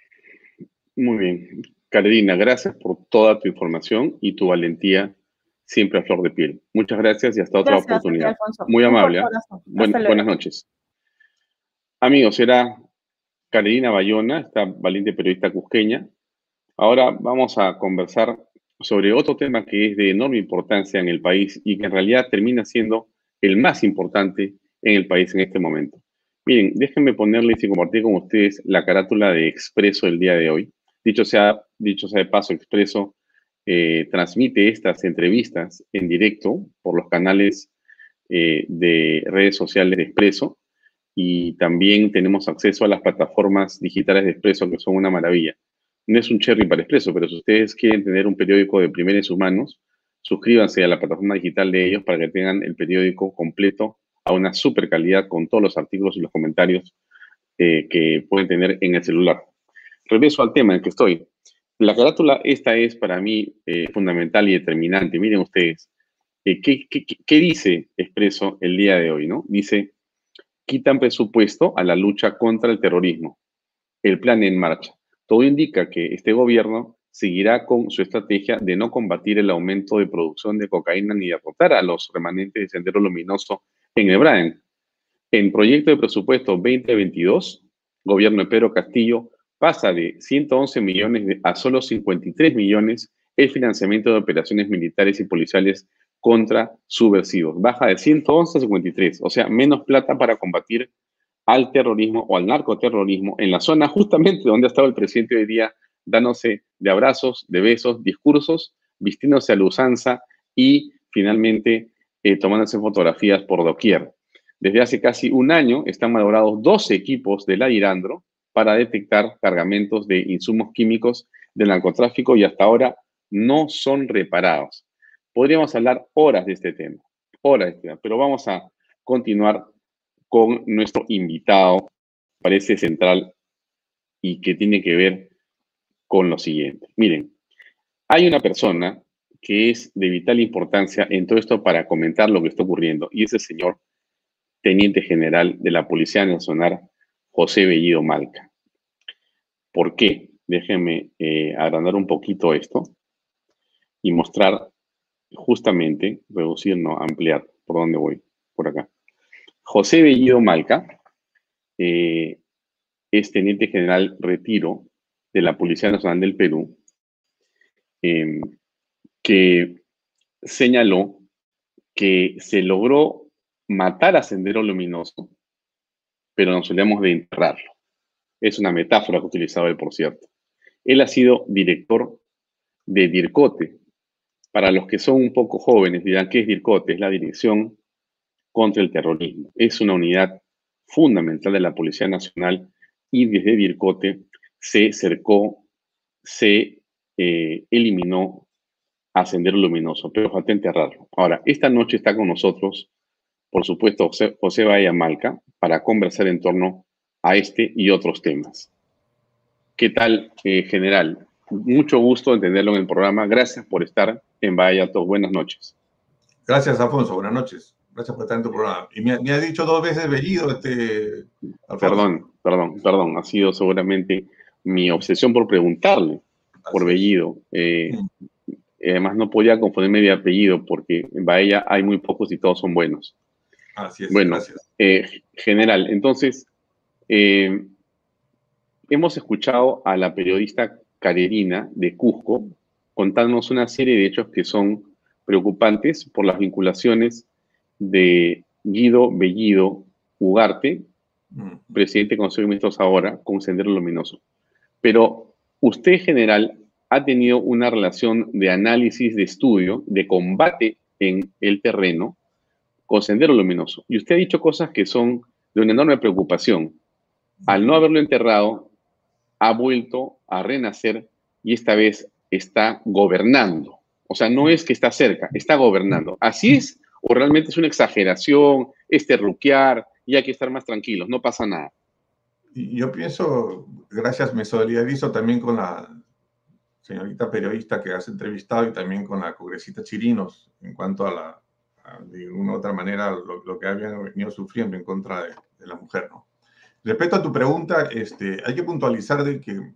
Muy bien. Carolina, gracias por toda tu información y tu valentía siempre a flor de piel. Muchas gracias y hasta otra Gracias, oportunidad. Alfonso. Muy Un amable. fuerte abrazo. Buen, Hasta luego. buenas noches. Amigos, era Carolina Bayona, esta valiente periodista cusqueña. Ahora vamos a conversar sobre otro tema que es de enorme importancia en el país y que en realidad termina siendo el más importante en el país en este momento. Miren, déjenme ponerles y compartir con ustedes la carátula de Expreso del día de hoy. Dicho sea, dicho sea de paso, Expreso eh, transmite estas entrevistas en directo por los canales eh, de redes sociales de Expreso y también tenemos acceso a las plataformas digitales de Expreso que son una maravilla. No es un cherry para Expreso, pero si ustedes quieren tener un periódico de primera en sus manos, suscríbanse a la plataforma digital de ellos para que tengan el periódico completo a una super calidad con todos los artículos y los comentarios eh, que pueden tener en el celular. Regreso al tema en que estoy. La carátula esta es para mí eh, fundamental y determinante. Miren ustedes, eh, ¿qué, qué, ¿qué dice Expreso el día de hoy? ¿No? Dice, quitan presupuesto a la lucha contra el terrorismo. El plan en marcha. Todo indica que este gobierno seguirá con su estrategia de no combatir el aumento de producción de cocaína ni derrotar a los remanentes de Sendero Luminoso en el Braen. En proyecto de presupuesto veinte veintidós, gobierno de Pedro Castillo pasa de ciento once millones de, a solo cincuenta y tres millones el financiamiento de operaciones militares y policiales contra subversivos. Baja de ciento once a cincuenta y tres, o sea, menos plata para combatir al terrorismo o al narcoterrorismo en la zona justamente donde ha estado el presidente hoy día, dándose de abrazos, de besos, discursos, vistiéndose a la usanza y finalmente eh, tomándose fotografías por doquier. Desde hace casi un año están malogrados doce equipos de la IRANDRO para detectar cargamentos de insumos químicos del narcotráfico y hasta ahora no son reparados. Podríamos hablar horas de este tema, horas de este tema, pero vamos a continuar con nuestro invitado, parece central y que tiene que ver con lo siguiente. Miren, hay una persona que es de vital importancia en todo esto para comentar lo que está ocurriendo, y es el señor Teniente General de la Policía Nacional, José Bellido Malca. ¿Por qué? Déjenme eh, agrandar un poquito esto y mostrar justamente, reducir, no, ampliar. ¿Por dónde voy? Por acá. José Bellido Malca eh, es Teniente General retiro de la Policía Nacional del Perú, eh, que señaló que se logró matar a Sendero Luminoso, pero nos olvidamos de enterrarlo. Es una metáfora que ha utilizado él, por cierto. Él ha sido director de DIRCOTE. Para los que son un poco jóvenes dirán, ¿qué es DIRCOTE? Es la Dirección contra el Terrorismo. Es una unidad fundamental de la Policía Nacional y desde DIRCOTE se cercó, se eh, eliminó a Sendero Luminoso, pero falta enterrarlo. Ahora, esta noche está con nosotros, por supuesto, José, José Bahía Malca, para conversar en torno a este y otros temas. ¿Qué tal, eh, general? Mucho gusto en tenerlo en el programa. Gracias por estar en Bahía Talks. Buenas noches. Gracias, Alfonso. Buenas noches. Gracias por estar en tu programa. Y me, me ha dicho dos veces Bellido, este, Alfonso. Perdón, perdón, perdón. Ha sido seguramente mi obsesión por preguntarle Así por Bellido. Eh, mm. Además, no podía confundirme de apellido porque en Bahía hay muy pocos y todos son buenos. Así es, bueno, gracias. Eh, general, entonces, eh, hemos escuchado a la periodista Carerina de Cusco contarnos una serie de hechos que son preocupantes por las vinculaciones de Guido Bellido Ugarte, mm. presidente del Consejo de Ministros ahora, con Sendero Luminoso. Pero usted, general, ha tenido una relación de análisis, de estudio, de combate en el terreno con Sendero Luminoso. Y usted ha dicho cosas que son de una enorme preocupación. Al no haberlo enterrado, ha vuelto a renacer y esta vez está gobernando. O sea, no es que está cerca, está gobernando. ¿Así es o realmente es una exageración, es terruquear y hay que estar más tranquilos, no pasa nada? Yo pienso, gracias, me solidarizo también con la señorita periodista que has entrevistado y también con la congresista Chirinos en cuanto a la, a, de una u otra manera, lo, lo que habían venido sufriendo en contra de, de la mujer, ¿no? Respecto a tu pregunta, este, hay que puntualizar de que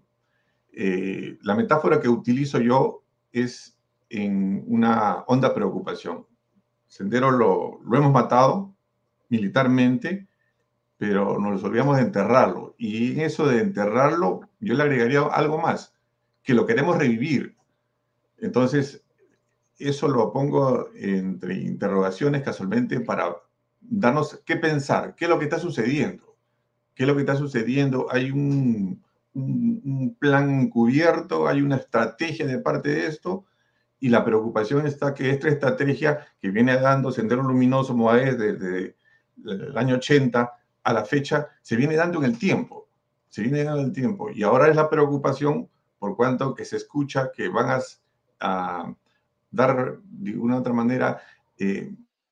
eh, la metáfora que utilizo yo es en una honda preocupación. Sendero lo, lo hemos matado militarmente, pero nos olvidamos de enterrarlo. Y en eso de enterrarlo, yo le agregaría algo más, que lo queremos revivir. Entonces, eso lo pongo entre interrogaciones casualmente para darnos qué pensar, qué es lo que está sucediendo. ¿Qué es lo que está sucediendo? Hay un, un, un plan encubierto, hay una estrategia de parte de esto, y la preocupación está que esta estrategia que viene dando Sendero Luminoso Moaes desde el año ochenta a la fecha, se viene dando en el tiempo, se viene dando en el tiempo, y ahora es la preocupación por cuanto que se escucha que van a, a dar de una u otra manera eh,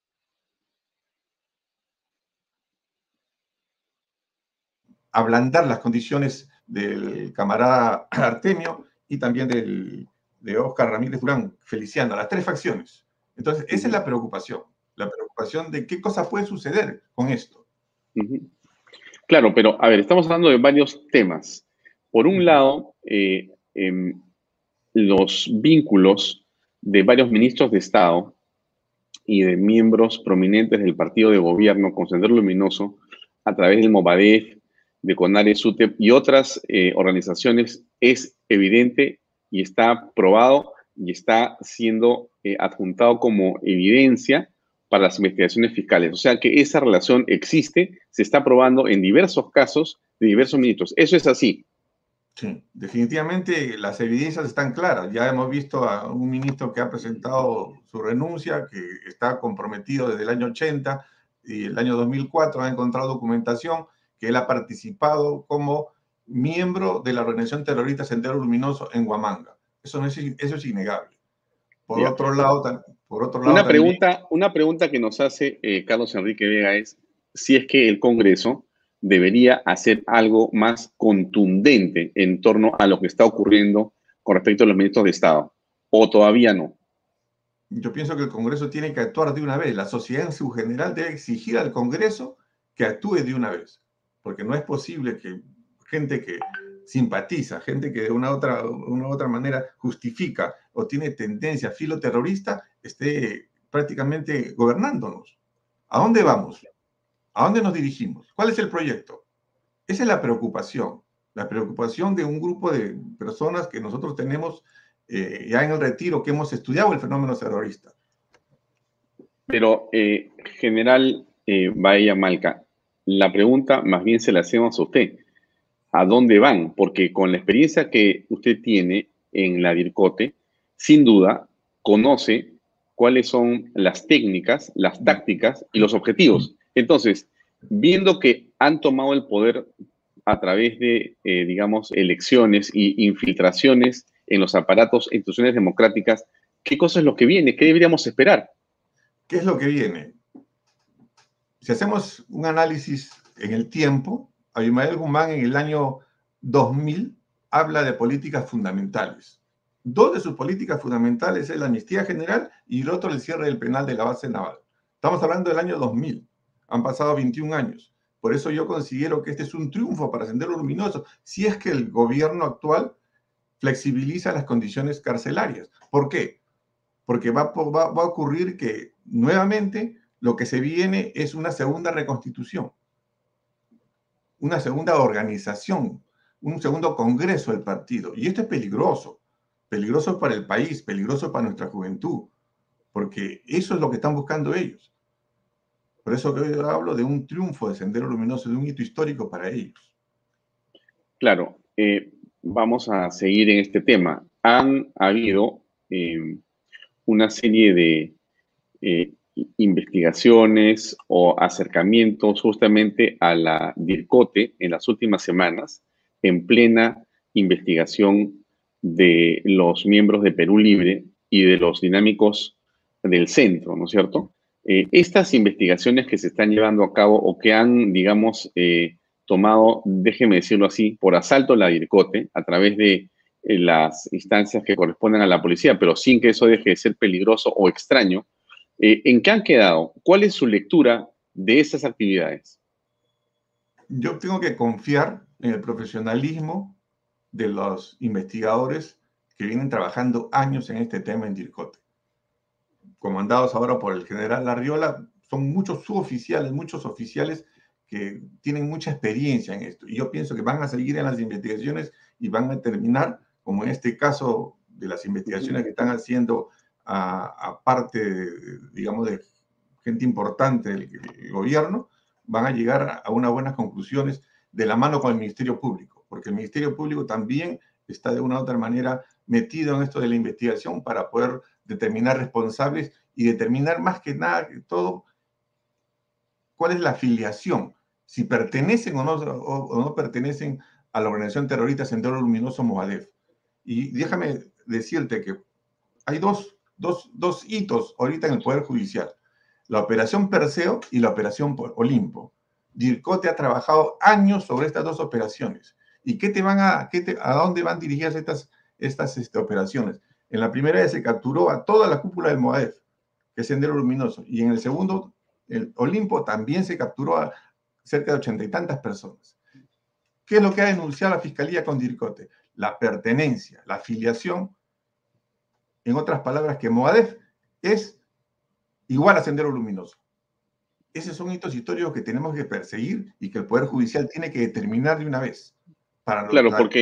ablandar las condiciones del camarada Artemio y también del, de Óscar Ramírez Durán, Feliciano, las tres facciones. Entonces, esa es la preocupación, la preocupación de qué cosa puede suceder con esto. Uh-huh. Claro, pero a ver, estamos hablando de varios temas. Por un lado, eh, eh, los vínculos de varios ministros de Estado y de miembros prominentes del partido de gobierno con Sendero Luminoso a través del Movadef, de CONARE, SUTEP y otras eh, organizaciones es evidente y está probado y está siendo eh, adjuntado como evidencia para las investigaciones fiscales. O sea que esa relación existe, se está probando en diversos casos de diversos ministros. Eso es así. Sí, definitivamente las evidencias están claras. Ya hemos visto a un ministro que ha presentado su renuncia, que está comprometido desde el año ochenta y el año dos mil cuatro ha encontrado documentación que él ha participado como miembro de la organización terrorista Sendero Luminoso en Huamanga. Eso, no es, eso es innegable. Por Ya. otro lado, por otro lado Una también... pregunta, una pregunta que nos hace eh, Carlos Enrique Vega es si es que el Congreso debería hacer algo más contundente en torno a lo que está ocurriendo con respecto a los ministros de Estado, o todavía no. Yo pienso que el Congreso tiene que actuar de una vez. La sociedad en su general debe exigir al Congreso que actúe de una vez, porque no es posible que gente que simpatiza, gente que de una otra, una otra manera justifica o tiene tendencia filoterrorista, esté prácticamente gobernándonos. ¿A dónde vamos? ¿A dónde nos dirigimos? ¿Cuál es el proyecto? Esa es la preocupación, la preocupación de un grupo de personas que nosotros tenemos eh, ya en el retiro, que hemos estudiado el fenómeno terrorista. Pero, eh, general eh, Bahía Malca, la pregunta más bien se la hacemos a usted. ¿A dónde van? Porque con la experiencia que usted tiene en la DIRCOTE, sin duda, conoce cuáles son las técnicas, las tácticas y los objetivos. Entonces, viendo que han tomado el poder a través de, eh, digamos, elecciones y infiltraciones en los aparatos e instituciones democráticas, ¿qué cosa es lo que viene? ¿Qué deberíamos esperar? ¿Qué es lo que viene? Si hacemos un análisis en el tiempo, Abimael Guzmán en el año dos mil habla de políticas fundamentales. Dos de sus políticas fundamentales es la amnistía general y el otro el cierre del penal de la base naval. Estamos hablando del año dos mil. Han pasado veintiún años. Por eso yo considero que este es un triunfo para Sendero Luminoso, si es que el gobierno actual flexibiliza las condiciones carcelarias. ¿Por qué? Porque va, va, va a ocurrir que nuevamente lo que se viene es una segunda reconstitución, una segunda organización, un segundo congreso del partido. Y esto es peligroso, peligroso para el país, peligroso para nuestra juventud, porque eso es lo que están buscando ellos. Por eso que hoy hablo de un triunfo de Sendero Luminoso, de un hito histórico para ellos. Claro, eh, vamos a seguir en este tema. Han habido eh, una serie de eh, investigaciones o acercamientos justamente a la DIRCOTE en las últimas semanas, en plena investigación de los miembros de Perú Libre y de los dinámicos del centro, ¿no es cierto? Eh, estas investigaciones que se están llevando a cabo o que han, digamos, eh, tomado, déjeme decirlo así, por asalto la DIRCOTE a través de eh, las instancias que corresponden a la policía, pero sin que eso deje de ser peligroso o extraño, eh, ¿en qué han quedado? ¿Cuál es su lectura de esas actividades? Yo tengo que confiar en el profesionalismo de los investigadores que vienen trabajando años en este tema en DIRCOTE. Comandados ahora por el general Arriola, son muchos suboficiales, muchos oficiales que tienen mucha experiencia en esto. Y yo pienso que van a seguir en las investigaciones y van a terminar, como en este caso de las investigaciones que están haciendo a, a parte, de, digamos, de gente importante del, del gobierno, van a llegar a unas buenas conclusiones de la mano con el Ministerio Público, porque el Ministerio Público también está de una u otra manera metido en esto de la investigación para poder determinar responsables y determinar más que nada que todo cuál es la afiliación, si pertenecen o no, o, o no pertenecen a la organización terrorista Sendero Luminoso Movadef. Y déjame decirte que hay dos, dos, dos hitos ahorita en el Poder Judicial, la operación Perseo y la operación Olimpo. DIRCOTE ha trabajado años sobre estas dos operaciones. ¿Y qué te van a, qué te, a dónde van dirigidas estas, estas este, operaciones? En la primera vez se capturó a toda la cúpula del Movadef, que es Sendero Luminoso, y en el segundo, el Olimpo, también se capturó a cerca de ochenta y tantas personas. ¿Qué es lo que ha denunciado la Fiscalía con DIRCOTE? La pertenencia, la afiliación, en otras palabras, que Movadef es igual a Sendero Luminoso. Esos son hitos históricos que tenemos que perseguir y que el Poder Judicial tiene que determinar de una vez. Para Claro, porque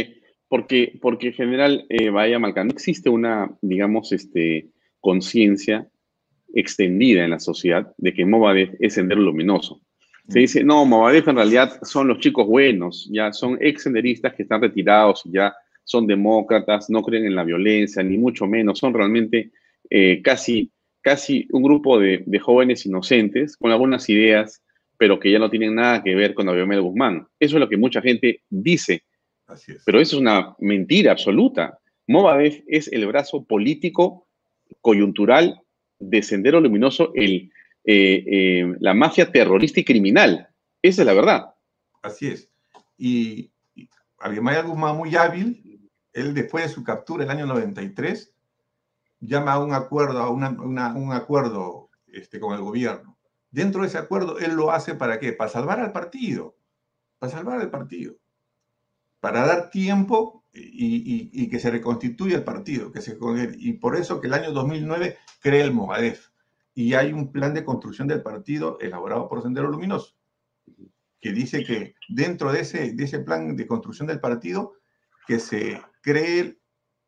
Porque, porque en general, eh, Bahía Malca, no existe una, digamos, este, conciencia extendida en la sociedad de que Movadef es Sendero Luminoso. Se dice, no, Movadef en realidad son los chicos buenos, ya son ex senderistas que están retirados, ya son demócratas, no creen en la violencia, ni mucho menos, son realmente eh, casi, casi un grupo de, de jóvenes inocentes con algunas ideas, pero que ya no tienen nada que ver con Abimael Guzmán. Eso es lo que mucha gente dice. Así es. Pero eso es una mentira absoluta. Movadef es el brazo político coyuntural de Sendero Luminoso, el, eh, eh, la mafia terrorista y criminal. Esa es la verdad. Así es. Y, y Abimael Guzmán, muy hábil, él después de su captura el año noventa y tres, llama a un acuerdo, a una, una, un acuerdo este, con el gobierno. Dentro de ese acuerdo, él lo hace ¿para qué? Para salvar al partido. Para salvar al partido. Para dar tiempo y, y, y que se reconstituya el partido. Que se, y por eso que el año dos mil nueve crea el Movadef. Y hay un plan de construcción del partido elaborado por Sendero Luminoso, que dice que dentro de ese, de ese plan de construcción del partido, que se cree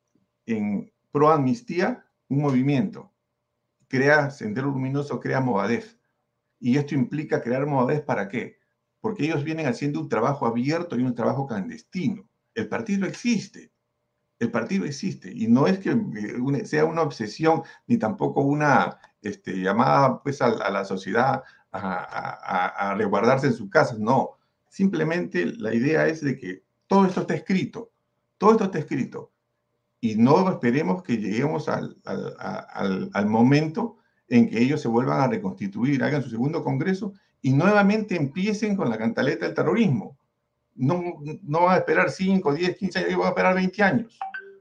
en pro amnistía un movimiento. Crea Sendero Luminoso, crea Movadef. Y esto implica crear Movadef ¿para qué? Porque ellos vienen haciendo un trabajo abierto y un trabajo clandestino. El partido existe, el partido existe, y no es que sea una obsesión, ni tampoco una este, llamada pues, a, a la sociedad a, a, a resguardarse en sus casas, no. Simplemente la idea es de que todo esto está escrito, todo esto está escrito, y no esperemos que lleguemos al, al, al, al momento en que ellos se vuelvan a reconstituir, hagan su segundo congreso, y nuevamente empiecen con la cantaleta del terrorismo. No, no van a esperar cinco, diez, quince años, van a esperar veinte años.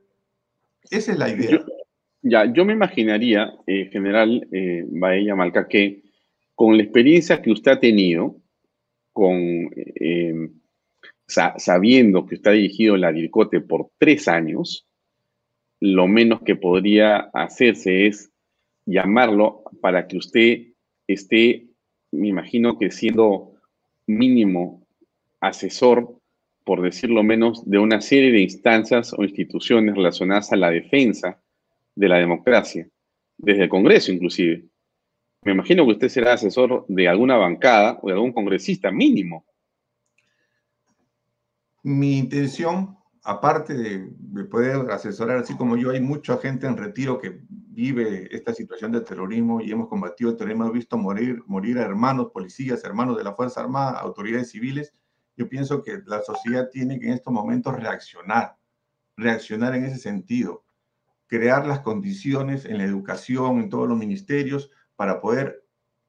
Esa es la idea. Yo, ya, yo me imaginaría, eh, general eh, Bahía Malca, que con la experiencia que usted ha tenido, con, eh, sa sabiendo que usted ha dirigido la DIRCOTE por tres años, lo menos que podría hacerse es llamarlo para que usted esté, me imagino que siendo mínimo asesor, por decirlo menos, de una serie de instancias o instituciones relacionadas a la defensa de la democracia, desde el Congreso inclusive. Me imagino que usted será asesor de alguna bancada o de algún congresista mínimo. Mi intención, aparte de, de poder asesorar, así como yo, hay mucha gente en retiro que vive esta situación de terrorismo y hemos combatido el terrorismo, hemos visto morir, morir a hermanos policías, hermanos de la Fuerza Armada, autoridades civiles. Yo pienso que la sociedad tiene que en estos momentos reaccionar, reaccionar en ese sentido, crear las condiciones en la educación, en todos los ministerios, para poder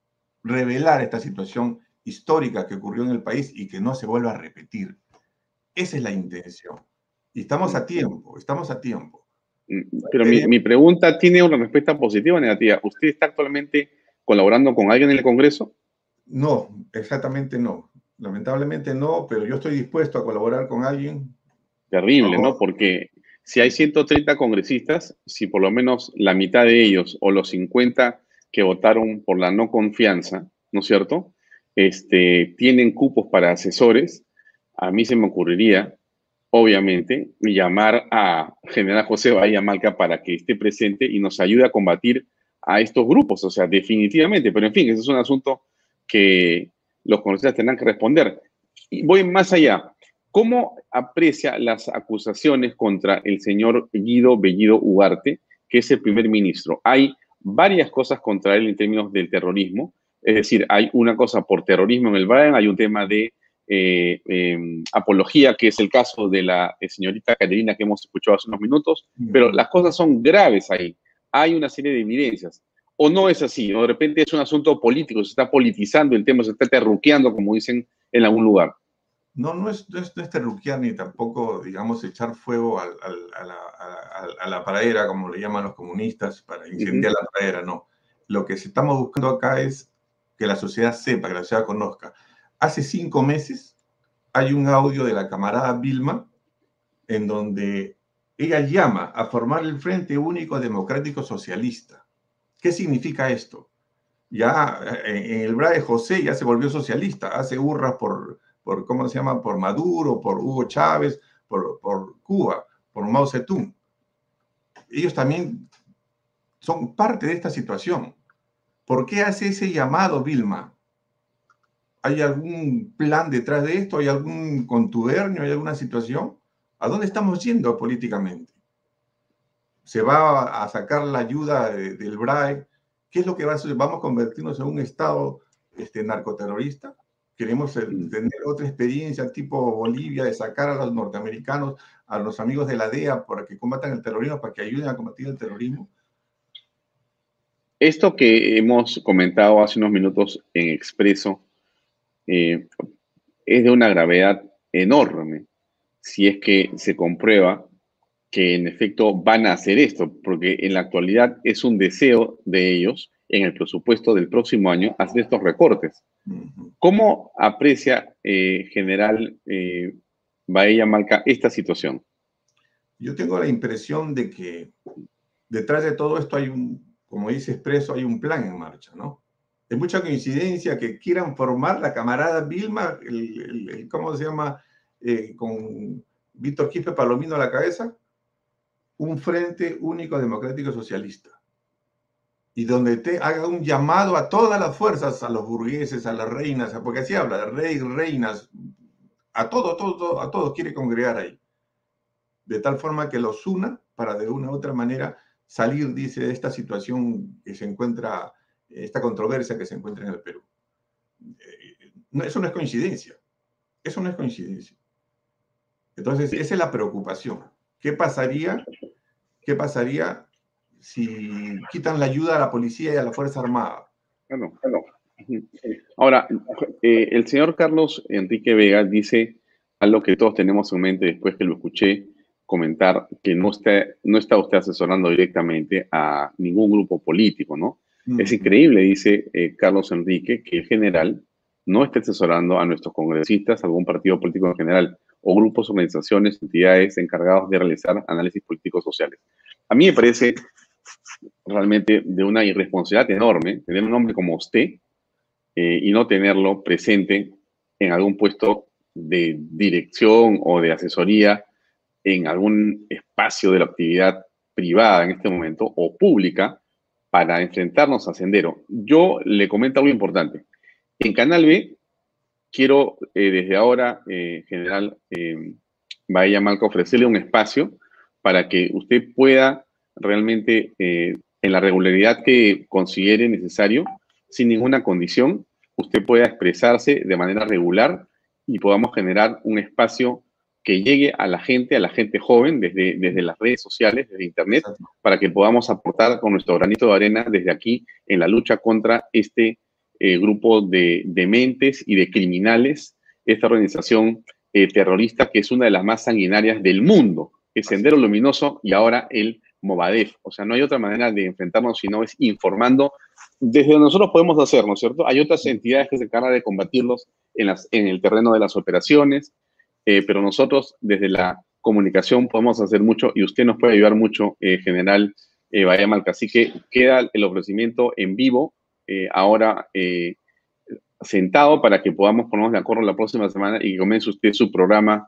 revelar esta situación histórica que ocurrió en el país y que no se vuelva a repetir. Esa es la intención. Y estamos a tiempo, estamos a tiempo. Pero mi, mi pregunta tiene una respuesta positiva o negativa. ¿Usted está actualmente colaborando con alguien en el Congreso? No, exactamente no. Lamentablemente no, pero yo estoy dispuesto a colaborar con alguien. Terrible, ¿no? Porque si hay ciento treinta congresistas, si por lo menos la mitad de ellos o los cincuenta que votaron por la no confianza, ¿no es cierto?, este, tienen cupos para asesores, a mí se me ocurriría, obviamente, llamar a General José Bahía Malca para que esté presente y nos ayude a combatir a estos grupos, o sea, definitivamente. Pero en fin, ese es un asunto que los congresistas tendrán que responder. Y voy más allá. ¿Cómo aprecia las acusaciones contra el señor Guido Bellido Ugarte, que es el primer ministro? Hay varias cosas contra él en términos del terrorismo. Es decir, hay una cosa por terrorismo en el Brain, hay un tema de eh, eh, apología, que es el caso de la eh, señorita Caterina que hemos escuchado hace unos minutos, pero las cosas son graves ahí. Hay una serie de evidencias. ¿O no es así? ¿O de repente es un asunto político, se está politizando el tema, se está terruqueando, como dicen en algún lugar? No, no es, no es, no es terruquear ni tampoco, digamos, echar fuego al, al, a, la, a, a la pradera, como le llaman los comunistas, para incendiar uh-huh. la pradera, no. Lo que estamos buscando acá es que la sociedad sepa, que la sociedad conozca. Hace cinco meses hay un audio de la camarada Vilma en donde ella llama a formar el Frente Único Democrático Socialista. ¿Qué significa esto? Ya en el Brae José ya se volvió socialista, hace hurras por... por, ¿cómo se llama?, por Maduro, por Hugo Chávez, por, por Cuba, por Mao Zedong. Ellos también son parte de esta situación. ¿Por qué hace ese llamado Vilma? ¿Hay algún plan detrás de esto? ¿Hay algún contubernio? ¿Hay alguna situación? ¿A dónde estamos yendo políticamente? ¿Se va a sacar la ayuda de, del B R A E? ¿Qué es lo que va a suceder? ¿Vamos a convertirnos en un Estado este, narcoterrorista? ¿Queremos tener otra experiencia tipo Bolivia de sacar a los norteamericanos, a los amigos de la D E A para que combatan el terrorismo, para que ayuden a combatir el terrorismo? Esto que hemos comentado hace unos minutos en Expreso eh, es de una gravedad enorme si es que se comprueba que en efecto van a hacer esto, porque en la actualidad es un deseo de ellos en el presupuesto del próximo año hacer estos recortes. Uh-huh. ¿Cómo aprecia, eh, general eh, Baella Malca, esta situación? Yo tengo la impresión de que detrás de todo esto hay un, como dice Expreso, hay un plan en marcha, ¿no? Es mucha coincidencia que quieran formar la camarada Vilma, el, el, el, ¿cómo se llama? Eh, con Víctor Quispe Palomino a la cabeza, un Frente Único Democrático Socialista. Y donde te haga un llamado a todas las fuerzas, a los burgueses, a las reinas, porque así habla, de rey, reinas, a todos, todo, todo, a todos quiere congregar ahí. De tal forma que los una para de una u otra manera salir, dice, de esta situación que se encuentra, esta controversia que se encuentra en el Perú. No, eso no es coincidencia. Eso no es coincidencia. Entonces, esa es la preocupación. ¿Qué pasaría? ¿Qué pasaría si quitan la ayuda a la policía y a la Fuerza Armada? Bueno, bueno. Ahora, eh, el señor Carlos Enrique Vega dice algo que todos tenemos en mente después que lo escuché comentar, que no está, no está usted asesorando directamente a ningún grupo político, ¿no? Mm. Es increíble, dice eh, Carlos Enrique, que el general no esté asesorando a nuestros congresistas, a algún partido político en general, o grupos, organizaciones, entidades encargados de realizar análisis políticos sociales. A mí me parece realmente de una irresponsabilidad enorme tener un hombre como usted eh, y no tenerlo presente en algún puesto de dirección o de asesoría en algún espacio de la actividad privada en este momento o pública para enfrentarnos a Sendero. Yo le comento algo importante. En Canal B, quiero eh, desde ahora, eh, general eh, Baella Malca, ofrecerle un espacio para que usted pueda realmente, eh, en la regularidad que considere necesario, sin ninguna condición, usted pueda expresarse de manera regular y podamos generar un espacio que llegue a la gente, a la gente joven, desde, desde las redes sociales, desde Internet, para que podamos aportar con nuestro granito de arena desde aquí en la lucha contra este eh, grupo de, de mentes y de criminales, esta organización eh, terrorista que es una de las más sanguinarias del mundo, el Sendero Luminoso y ahora el Movadef. O sea, no hay otra manera de enfrentarnos sino es informando desde donde nosotros podemos hacer, ¿no es cierto? Hay otras entidades que se encargan de combatirlos en, las, en el terreno de las operaciones, Eh, pero nosotros desde la comunicación podemos hacer mucho y usted nos puede ayudar mucho, eh, general eh, Baella Malca. Así que queda el ofrecimiento en vivo, eh, ahora eh, sentado para que podamos ponernos de acuerdo la próxima semana y que comience usted su programa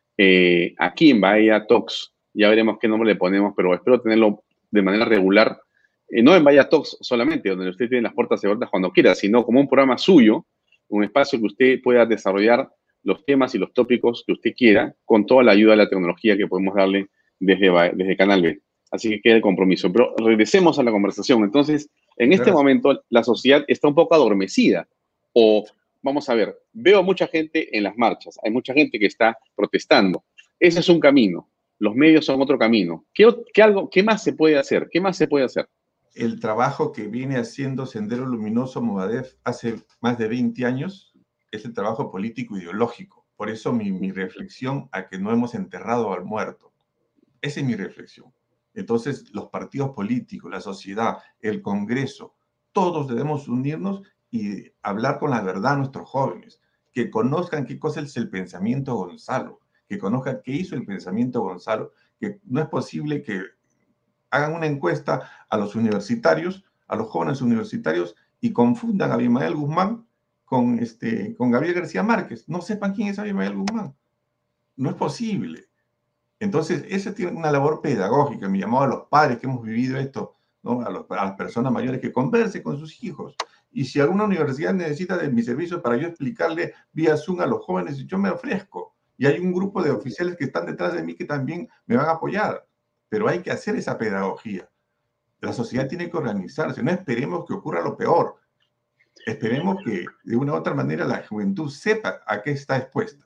eh, aquí en Baella Talks. Ya veremos qué nombre le ponemos, pero espero tenerlo de manera regular, eh, no en Baella Talks solamente, donde usted tiene las puertas abiertas cuando quiera, sino como un programa suyo, un espacio que usted pueda desarrollar los temas y los tópicos que usted quiera, con toda la ayuda de la tecnología que podemos darle desde, desde Canal B. Así que queda el compromiso. Pero regresemos a la conversación. Entonces, en este Gracias. momento, la sociedad está un poco adormecida. O, vamos a ver, veo mucha gente en las marchas. Hay mucha gente que está protestando. Ese es un camino. Los medios son otro camino. ¿Qué, qué, algo, qué más se puede hacer? ¿Qué más se puede hacer? El trabajo que viene haciendo Sendero Luminoso Movadef hace más de veinte años es el trabajo político ideológico. Por eso mi, mi reflexión a que no hemos enterrado al muerto. Esa es mi reflexión. Entonces, los partidos políticos, la sociedad, el Congreso, todos debemos unirnos y hablar con la verdad a nuestros jóvenes, que conozcan qué cosa es el pensamiento Gonzalo, que conozcan qué hizo el pensamiento Gonzalo, que no es posible que hagan una encuesta a los universitarios, a los jóvenes universitarios, y confundan a Abimael Guzmán Con, este, con Gabriel García Márquez. No sepan quién es Abimael Guzmán. No es posible. Entonces, esa tiene una labor pedagógica, mi llamado a los padres que hemos vivido esto, ¿no? A, los, a las personas mayores que conversen con sus hijos. Y si alguna universidad necesita de mis servicios para yo explicarle vía Zoom a los jóvenes, yo me ofrezco. Y hay un grupo de oficiales que están detrás de mí que también me van a apoyar. Pero hay que hacer esa pedagogía. La sociedad tiene que organizarse. No esperemos que ocurra lo peor. Esperemos que de una u otra manera la juventud sepa a qué está expuesta.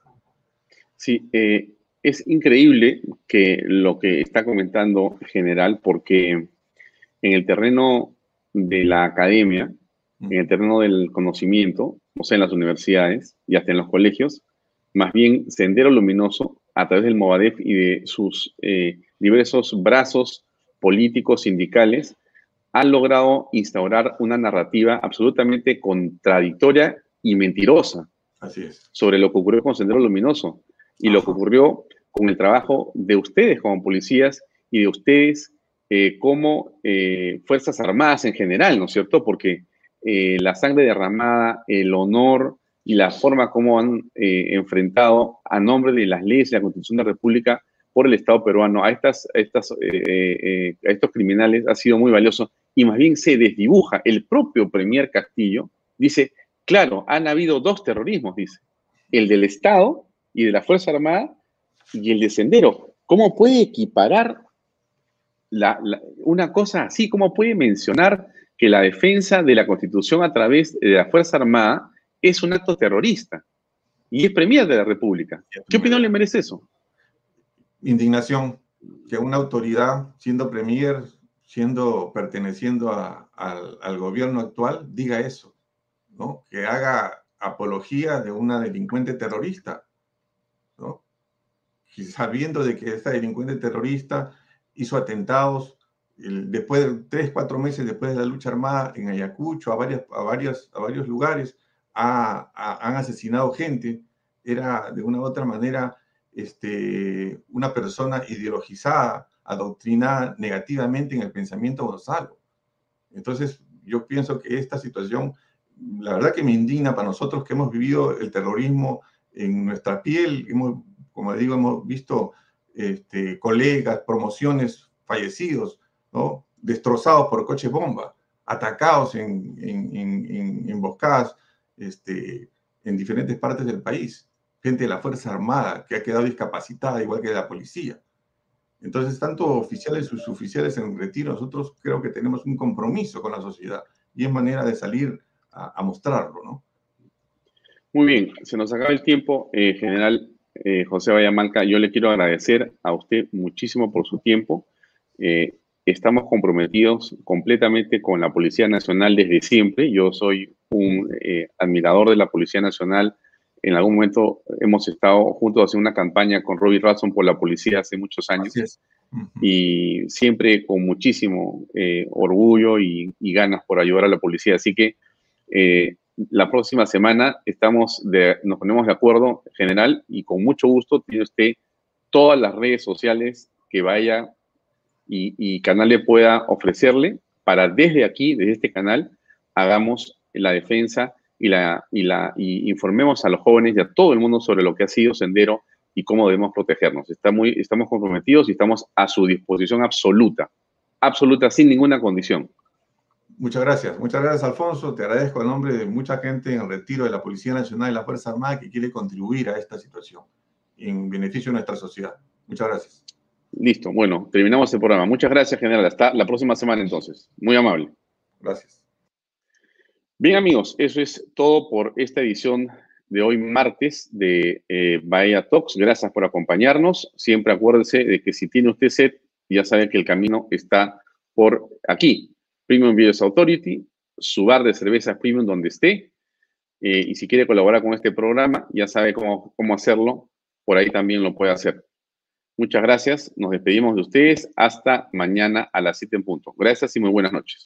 Sí, eh, es increíble que lo que está comentando General, porque en el terreno de la academia, en el terreno del conocimiento, o sea, en las universidades y hasta en los colegios, más bien Sendero Luminoso, a través del Movadef y de sus eh, diversos brazos políticos, sindicales, ha logrado instaurar una narrativa absolutamente contradictoria y mentirosa. Así es. Sobre lo que ocurrió con Sendero Luminoso y Ajá. lo que ocurrió con el trabajo de ustedes como policías y de ustedes eh, como eh, Fuerzas Armadas en general, ¿no es cierto? Porque eh, la sangre derramada, el honor y la forma como han eh, enfrentado a nombre de las leyes y la Constitución de la República por el Estado peruano a, estas, a, estas, eh, eh, a estos criminales ha sido muy valioso y más bien se desdibuja. El propio Premier Castillo dice, claro, han habido dos terrorismos, dice, el del Estado y de la Fuerza Armada y el de Sendero. ¿Cómo puede equiparar la, la, una cosa así? ¿Cómo puede mencionar que la defensa de la Constitución a través de la Fuerza Armada es un acto terrorista y es Premier de la República? ¿Qué opinión le merece eso? Indignación, que una autoridad, siendo Premier, siendo, perteneciendo a, a, al gobierno actual, diga eso, ¿no? Que haga apología de una delincuente terrorista, ¿no? Y sabiendo de que esta delincuente terrorista hizo atentados el, después de tres, cuatro meses después de la lucha armada en Ayacucho, a, varias, a, varias, a varios lugares, ha, ha, han asesinado gente, era de una u otra manera este, una persona ideologizada, adoctrinada negativamente en el pensamiento Gonzalo. Entonces, yo pienso que esta situación, la verdad que me indigna para nosotros que hemos vivido el terrorismo en nuestra piel, hemos, como digo, hemos visto este, colegas, promociones fallecidos, ¿no? Destrozados por coches bomba, atacados en, en, en, en emboscadas este, en diferentes partes del país. Gente de la Fuerza Armada que ha quedado discapacitada, igual que de la policía. Entonces, tanto oficiales y suboficiales en retiro, nosotros creo que tenemos un compromiso con la sociedad y es manera de salir a, a mostrarlo, ¿no? Muy bien, se nos acaba el tiempo. Eh, General eh, José Vallamanca, yo le quiero agradecer a usted muchísimo por su tiempo. Eh, estamos comprometidos completamente con la Policía Nacional desde siempre. Yo soy un eh, admirador de la Policía Nacional. En algún momento hemos estado juntos haciendo una campaña con Robbie Radson por la policía hace muchos años. Así es. Uh-huh. Y siempre con muchísimo eh, orgullo y, y ganas por ayudar a la policía. Así que eh, la próxima semana estamos de, nos ponemos de acuerdo, General, y con mucho gusto tiene usted todas las redes sociales que vaya y, y Canal le pueda ofrecerle para desde aquí, desde este canal, hagamos la defensa y, la, y, la, y informemos a los jóvenes y a todo el mundo sobre lo que ha sido Sendero y cómo debemos protegernos. Está muy, estamos comprometidos y estamos a su disposición absoluta, absoluta, sin ninguna condición. Muchas gracias. Muchas gracias, Alfonso. Te agradezco en nombre de mucha gente en el retiro de la Policía Nacional y la Fuerza Armada que quiere contribuir a esta situación en beneficio de nuestra sociedad. Muchas gracias. Listo. Bueno, terminamos el programa. Muchas gracias, General. Hasta la próxima semana, entonces. Muy amable. Gracias. Bien, amigos, eso es todo por esta edición de hoy martes de eh, Bahía Talks. Gracias por acompañarnos. Siempre acuérdese de que si tiene usted sed, ya sabe que el camino está por aquí. Premium Beers Authority, su bar de cervezas premium donde esté. Eh, y si quiere colaborar con este programa, ya sabe cómo, cómo hacerlo. Por ahí también lo puede hacer. Muchas gracias. Nos despedimos de ustedes hasta mañana a las siete en punto. Gracias y muy buenas noches.